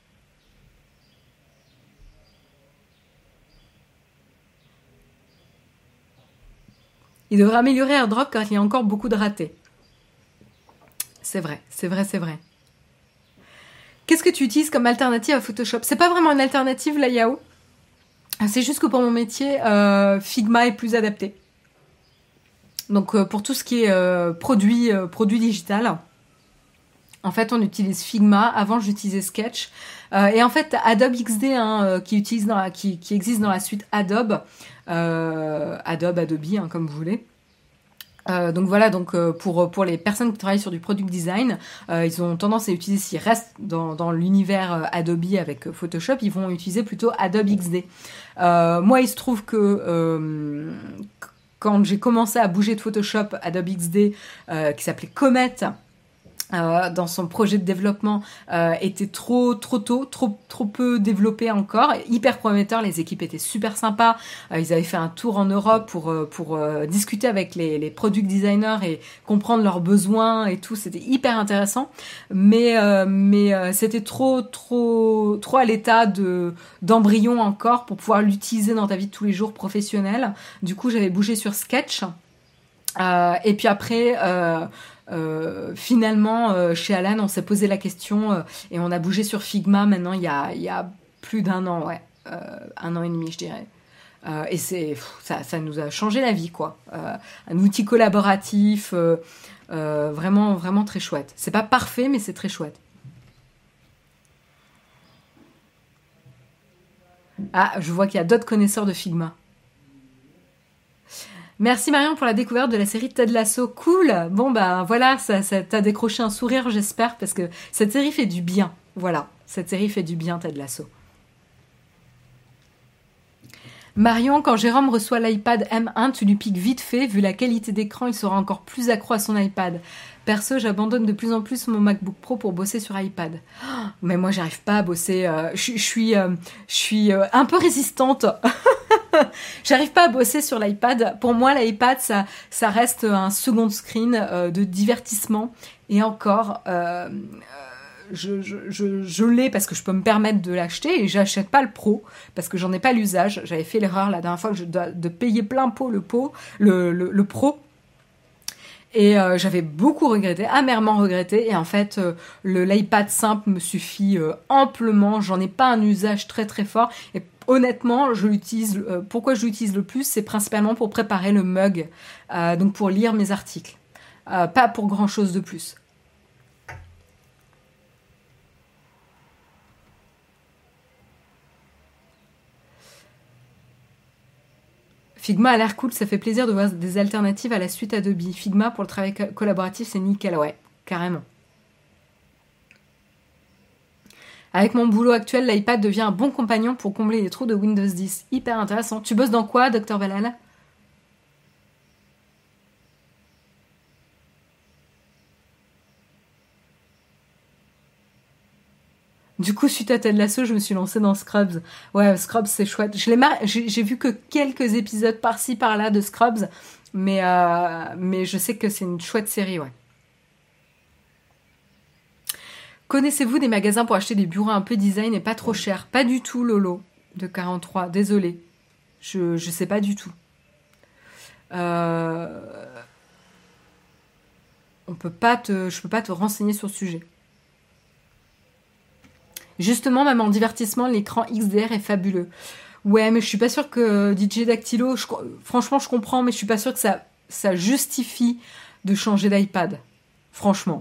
Il devrait améliorer AirDrop car il y a encore beaucoup de ratés. C'est vrai, c'est vrai, c'est vrai. Qu'est-ce que tu utilises comme alternative à Photoshop? C'est pas vraiment une alternative, la Yahoo. C'est juste que pour mon métier, Figma est plus adapté. Donc pour tout ce qui est produit digital, en fait on utilise Figma. Avant j'utilisais Sketch. Et en fait Adobe XD qui existe dans la suite Adobe, Adobe, comme vous voulez. Donc voilà, pour les personnes qui travaillent sur du product design, ils ont tendance à utiliser, s'ils restent dans l'univers Adobe avec Photoshop, ils vont utiliser plutôt Adobe XD. Moi, il se trouve que quand j'ai commencé à bouger de Photoshop, Adobe XD, qui s'appelait Comet, dans son projet de développement était trop tôt, trop peu développé encore, hyper prometteur. Les équipes étaient super sympas. Ils avaient fait un tour en Europe pour discuter avec les product designers et comprendre leurs besoins et tout. C'était hyper intéressant, mais c'était trop à l'état d'embryon encore pour pouvoir l'utiliser dans ta vie de tous les jours professionnelle. Du coup, j'avais bougé sur Sketch. Et puis après, finalement, chez Alan, on s'est posé la question et on a bougé sur Figma maintenant il y a plus d'1 an, ouais, 1 an et demi, je dirais. Et ça nous a changé la vie, quoi. Un outil collaboratif, vraiment, vraiment très chouette. C'est pas parfait, mais c'est très chouette. Ah, je vois qu'il y a d'autres connaisseurs de Figma. Merci Marion pour la découverte de la série Ted Lasso. Cool. Bon bah voilà, ça t'a décroché un sourire, j'espère, parce que cette série fait du bien. Voilà, cette série fait du bien, Ted Lasso. Marion, quand Jérôme reçoit l'iPad M1, tu lui piques vite fait. Vu la qualité d'écran, il sera encore plus accro à son iPad. Perso, j'abandonne de plus en plus mon MacBook Pro pour bosser sur iPad. Oh, mais moi, j'arrive pas à bosser. Je suis un peu résistante. J'arrive pas à bosser sur l'iPad. Pour moi, l'iPad, ça reste un second screen de divertissement. Et encore, je l'ai parce que je peux me permettre de l'acheter et j'achète pas le Pro parce que j'en ai pas l'usage. J'avais fait l'erreur la dernière fois de payer plein pot le Pro. Et j'avais beaucoup regretté, amèrement regretté. Et en fait, l'iPad simple me suffit amplement. J'en ai pas un usage très très fort. Et honnêtement, je l'utilise. Pourquoi je l'utilise le plus? C'est principalement pour préparer le mug, donc pour lire mes articles. Pas pour grand chose de plus. Figma a l'air cool, ça fait plaisir de voir des alternatives à la suite Adobe. Figma pour le travail collaboratif, c'est nickel, ouais, carrément. Avec mon boulot actuel, l'iPad devient un bon compagnon pour combler les trous de Windows 10. Hyper intéressant. Tu bosses dans quoi, Dr Valal? Du coup, suite à Ted Lasso, je me suis lancée dans Scrubs. Ouais, Scrubs, c'est chouette. J'ai vu que quelques épisodes par-ci, par-là de Scrubs, mais je sais que c'est une chouette série, ouais. Connaissez-vous des magasins pour acheter des bureaux un peu design et pas trop chers? Pas du tout, Lolo, de 43. Désolée. Je sais pas du tout. Euh, je peux pas te renseigner sur le sujet. Justement, même en divertissement, l'écran XDR est fabuleux. Ouais, mais je suis pas sûre que DJ Dactylo, franchement, je comprends, mais je suis pas sûre que ça justifie de changer d'iPad. Franchement.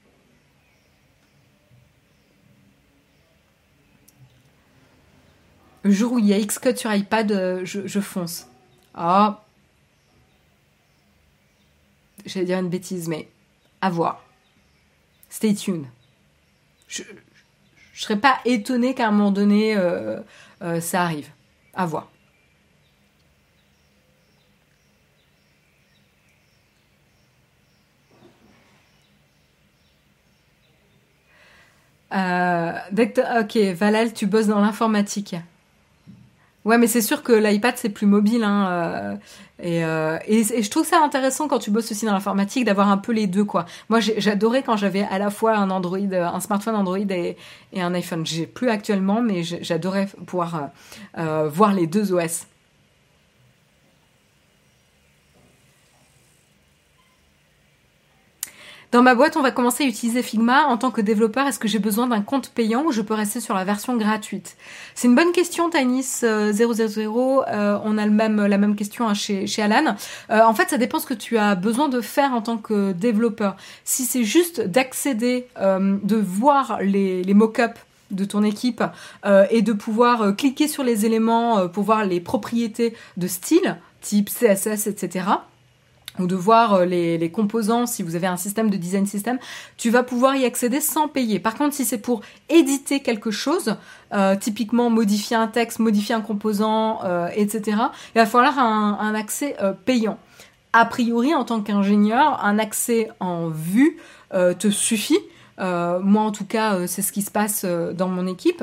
Le jour où il y a Xcode sur iPad, je fonce. Ah, j'allais dire une bêtise, mais à voir. Stay tuned. Je serais pas étonnée qu'à un moment donné, ça arrive. À voir. Ok, Valal, tu bosses dans l'informatique. Ouais, mais c'est sûr que l'iPad c'est plus mobile, hein. Et je trouve ça intéressant quand tu bosses aussi dans l'informatique d'avoir un peu les deux, quoi. Moi, j'adorais quand j'avais à la fois un Android, un smartphone Android et un iPhone. J'ai plus actuellement, mais j'adorais pouvoir voir les deux OS. Dans ma boîte, on va commencer à utiliser Figma en tant que développeur. Est-ce que j'ai besoin d'un compte payant ou je peux rester sur la version gratuite? C'est une bonne question, Tanis 000. On a la même question, hein, chez Alan. En fait, ça dépend ce que tu as besoin de faire en tant que développeur. Si c'est juste d'accéder, de voir les mock-ups de ton équipe et de pouvoir cliquer sur les éléments pour voir les propriétés de style, type CSS, etc., ou de voir les composants, si vous avez un système de design system, tu vas pouvoir y accéder sans payer. Par contre, si c'est pour éditer quelque chose, typiquement modifier un texte, modifier un composant, etc., il va falloir un accès payant. A priori, en tant qu'ingénieur, un accès en vue te suffit. Moi, en tout cas, c'est ce qui se passe dans mon équipe.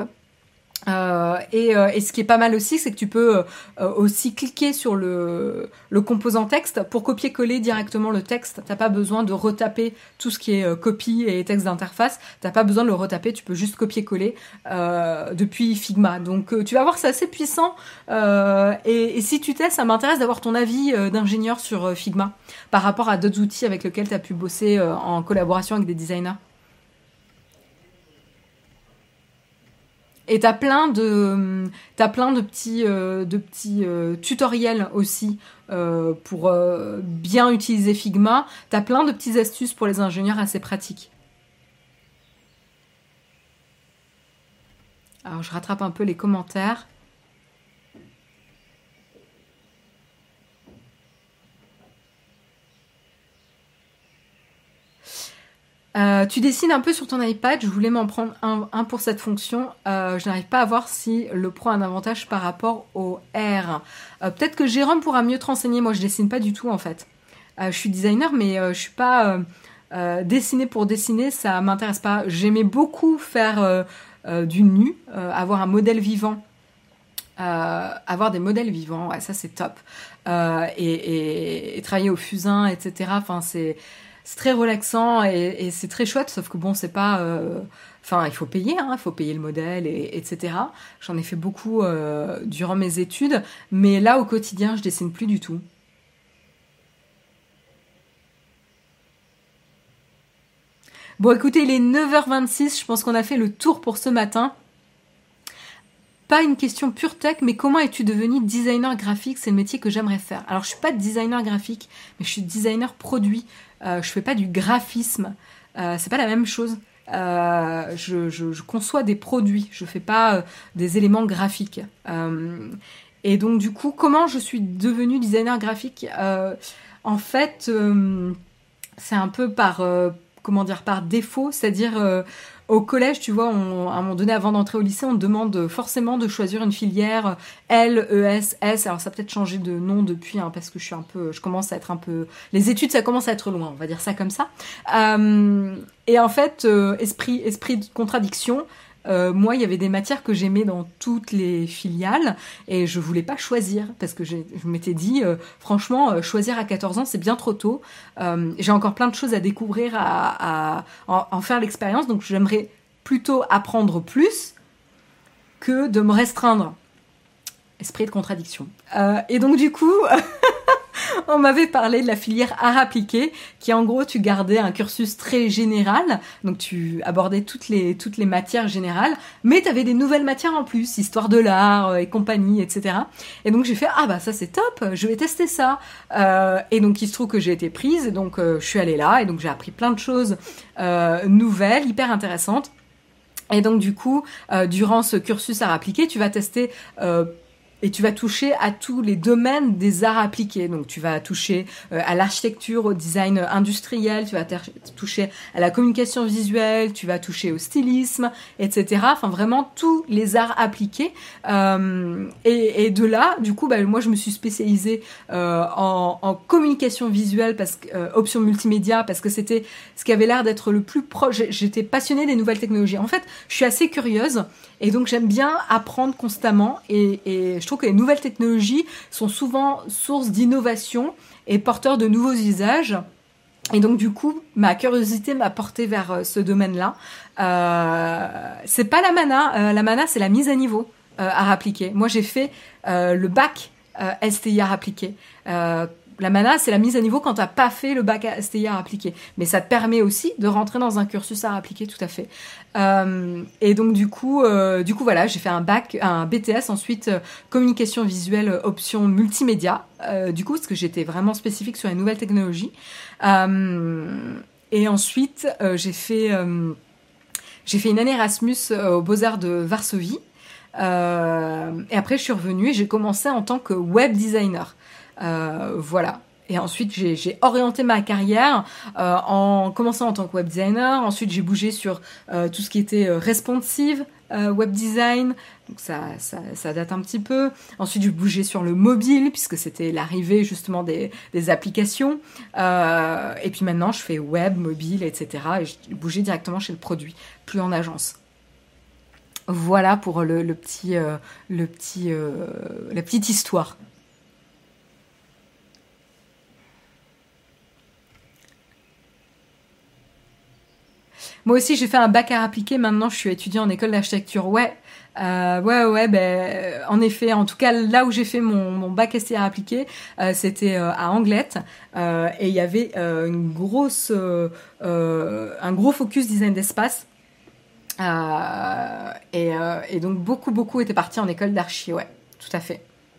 Et ce qui est pas mal aussi, c'est que tu peux aussi cliquer sur le composant texte pour copier-coller directement le texte. T'as pas besoin de retaper tout ce qui est copie et texte d'interface. T'as pas besoin de le retaper, tu peux juste copier-coller depuis Figma. Donc tu vas voir, c'est assez puissant. Et si tu testes, ça m'intéresse d'avoir ton avis d'ingénieur sur Figma par rapport à d'autres outils avec lesquels tu as pu bosser en collaboration avec des designers. Et t'as plein de petits tutoriels aussi pour bien utiliser Figma. T'as plein de petites astuces pour les ingénieurs assez pratiques. Alors je rattrape un peu les commentaires. Tu dessines un peu sur ton iPad, je voulais m'en prendre un pour cette fonction. Je n'arrive pas à voir si le Pro a un avantage par rapport au R. Peut-être que Jérôme pourra mieux te renseigner, moi je dessine pas du tout en fait. Je suis designer mais je suis pas dessiner pour dessiner, ça m'intéresse pas. J'aimais beaucoup faire du nu, avoir un modèle vivant. Avoir des modèles vivants, ouais, ça c'est top. Et travailler au fusain, etc. Enfin, c'est très relaxant et c'est très chouette, sauf que bon, c'est pas... Enfin, il faut payer, hein, il faut payer le modèle, etc. J'en ai fait beaucoup durant mes études, mais là, au quotidien, je dessine plus du tout. Bon, écoutez, il est 9h26, je pense qu'on a fait le tour pour ce matin. Pas une question pure tech, mais comment es-tu devenu designer graphique? C'est le métier que j'aimerais faire. Alors, je suis pas designer graphique, mais je suis designer produit. Je fais pas du graphisme. C'est pas la même chose. Je conçois des produits. Je fais pas des éléments graphiques. Et donc, du coup, comment je suis devenue designer graphique? En fait, c'est un peu par défaut, c'est-à-dire au collège, tu vois, à un moment donné, avant d'entrer au lycée, on te demande forcément de choisir une filière L, E, S, S. Alors ça a peut-être changé de nom depuis, hein, parce que je commence à être un peu, les études, ça commence à être loin, on va dire ça comme ça. Et en fait, esprit de contradiction. Moi, il y avait des matières que j'aimais dans toutes les filiales et je voulais pas choisir parce que je m'étais dit, franchement, choisir à 14 ans, c'est bien trop tôt. J'ai encore plein de choses à découvrir, à en faire l'expérience, donc j'aimerais plutôt apprendre plus que de me restreindre. Esprit de contradiction. Et donc du coup... On m'avait parlé de la filière art appliqué, qui en gros, tu gardais un cursus très général, donc tu abordais toutes les matières générales, mais tu avais des nouvelles matières en plus, histoire de l'art et compagnie, etc. Et donc j'ai fait, ah bah ça c'est top, je vais tester ça. Et donc il se trouve que j'ai été prise, et donc je suis allée là, et donc j'ai appris plein de choses nouvelles, hyper intéressantes. Et donc du coup, durant ce cursus art appliqué, tu vas tester et tu vas toucher à tous les domaines des arts appliqués. Donc tu vas toucher à l'architecture, au design industriel, tu vas toucher à la communication visuelle, tu vas toucher au stylisme, etc. Enfin vraiment tous les arts appliqués. Et de là, du coup, moi je me suis spécialisée en communication visuelle, parce que option multimédia, parce que c'était ce qui avait l'air d'être le plus proche. J'étais passionnée des nouvelles technologies. En fait, je suis assez curieuse et donc j'aime bien apprendre constamment, et je trouve que les nouvelles technologies sont souvent source d'innovation et porteurs de nouveaux usages. Et donc du coup, ma curiosité m'a portée vers ce domaine-là. C'est pas la mana. La mana, c'est la mise à niveau art appliqué. Moi, j'ai fait le bac STI art appliqué. La mana, c'est la mise à niveau quand t'as pas fait le bac STI art appliqué. Mais ça te permet aussi de rentrer dans un cursus art appliqué, tout à fait. Et donc du coup, voilà, j'ai fait un BTS, ensuite communication visuelle option multimédia. Du coup, parce que j'étais vraiment spécifique sur les nouvelles technologies. Et ensuite, j'ai fait une année Erasmus aux Beaux-Arts de Varsovie. Et après, je suis revenue et j'ai commencé en tant que web designer. Voilà. Et ensuite, j'ai orienté ma carrière en commençant en tant que web designer. Ensuite, j'ai bougé sur tout ce qui était responsive web design. Donc ça date un petit peu. Ensuite, j'ai bougé sur le mobile, puisque c'était l'arrivée justement des applications. Et puis maintenant, je fais web, mobile, etc. Et j'ai bougé directement chez le produit, plus en agence. Voilà pour la petite histoire. Moi aussi, j'ai fait un bac art appliqué. Maintenant, je suis étudiante en école d'architecture. Ouais, en effet, en tout cas, là où j'ai fait mon bac ST art appliqué, c'était à Anglette. Et il y avait un gros focus design d'espace. Et donc, beaucoup étaient partis en école d'archi. Ouais, tout à fait.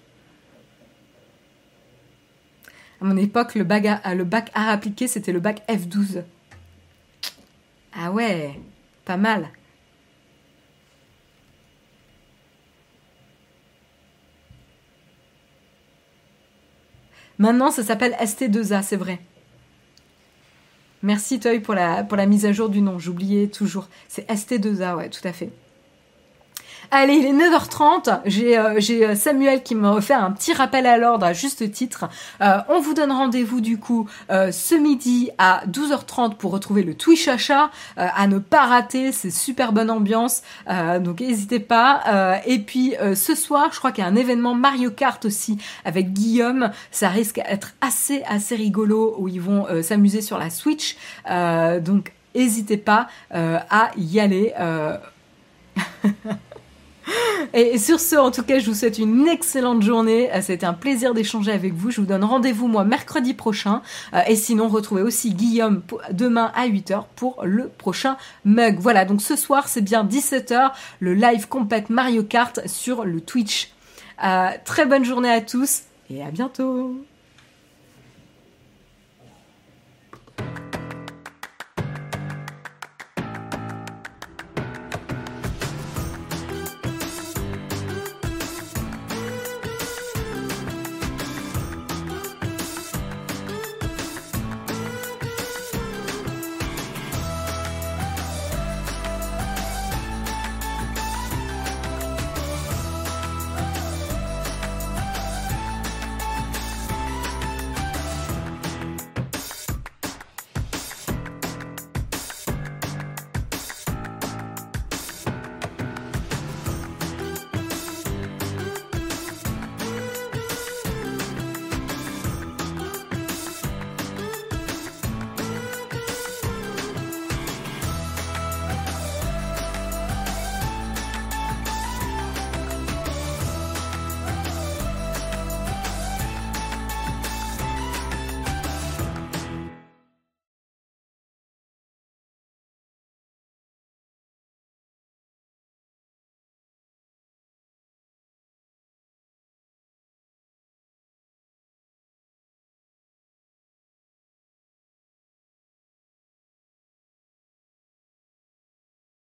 À mon époque, le bac art appliqué, c'était le bac F12. Ah ouais, pas mal. Maintenant, ça s'appelle ST2A, c'est vrai. Merci Toy pour la mise à jour du nom, j'oubliais toujours. C'est ST2A, ouais, tout à fait. Allez, il est 9h30, j'ai Samuel qui me refait un petit rappel à l'ordre à juste titre. On vous donne rendez-vous du coup ce midi à 12h30 pour retrouver le Twitch achat, à ne pas rater, c'est super bonne ambiance, donc n'hésitez pas. Et puis ce soir, je crois qu'il y a un événement Mario Kart aussi avec Guillaume, ça risque d'être assez rigolo, où ils vont s'amuser sur la Switch, donc n'hésitez pas à y aller. Et sur ce, en tout cas, je vous souhaite une excellente journée. C'était un plaisir d'échanger avec vous. Je vous donne rendez-vous, moi, mercredi prochain. Et sinon, retrouvez aussi Guillaume demain à 8h pour le prochain mug. Voilà, donc ce soir, c'est bien 17h, le live complète Mario Kart sur le Twitch. Très bonne journée à tous et à bientôt.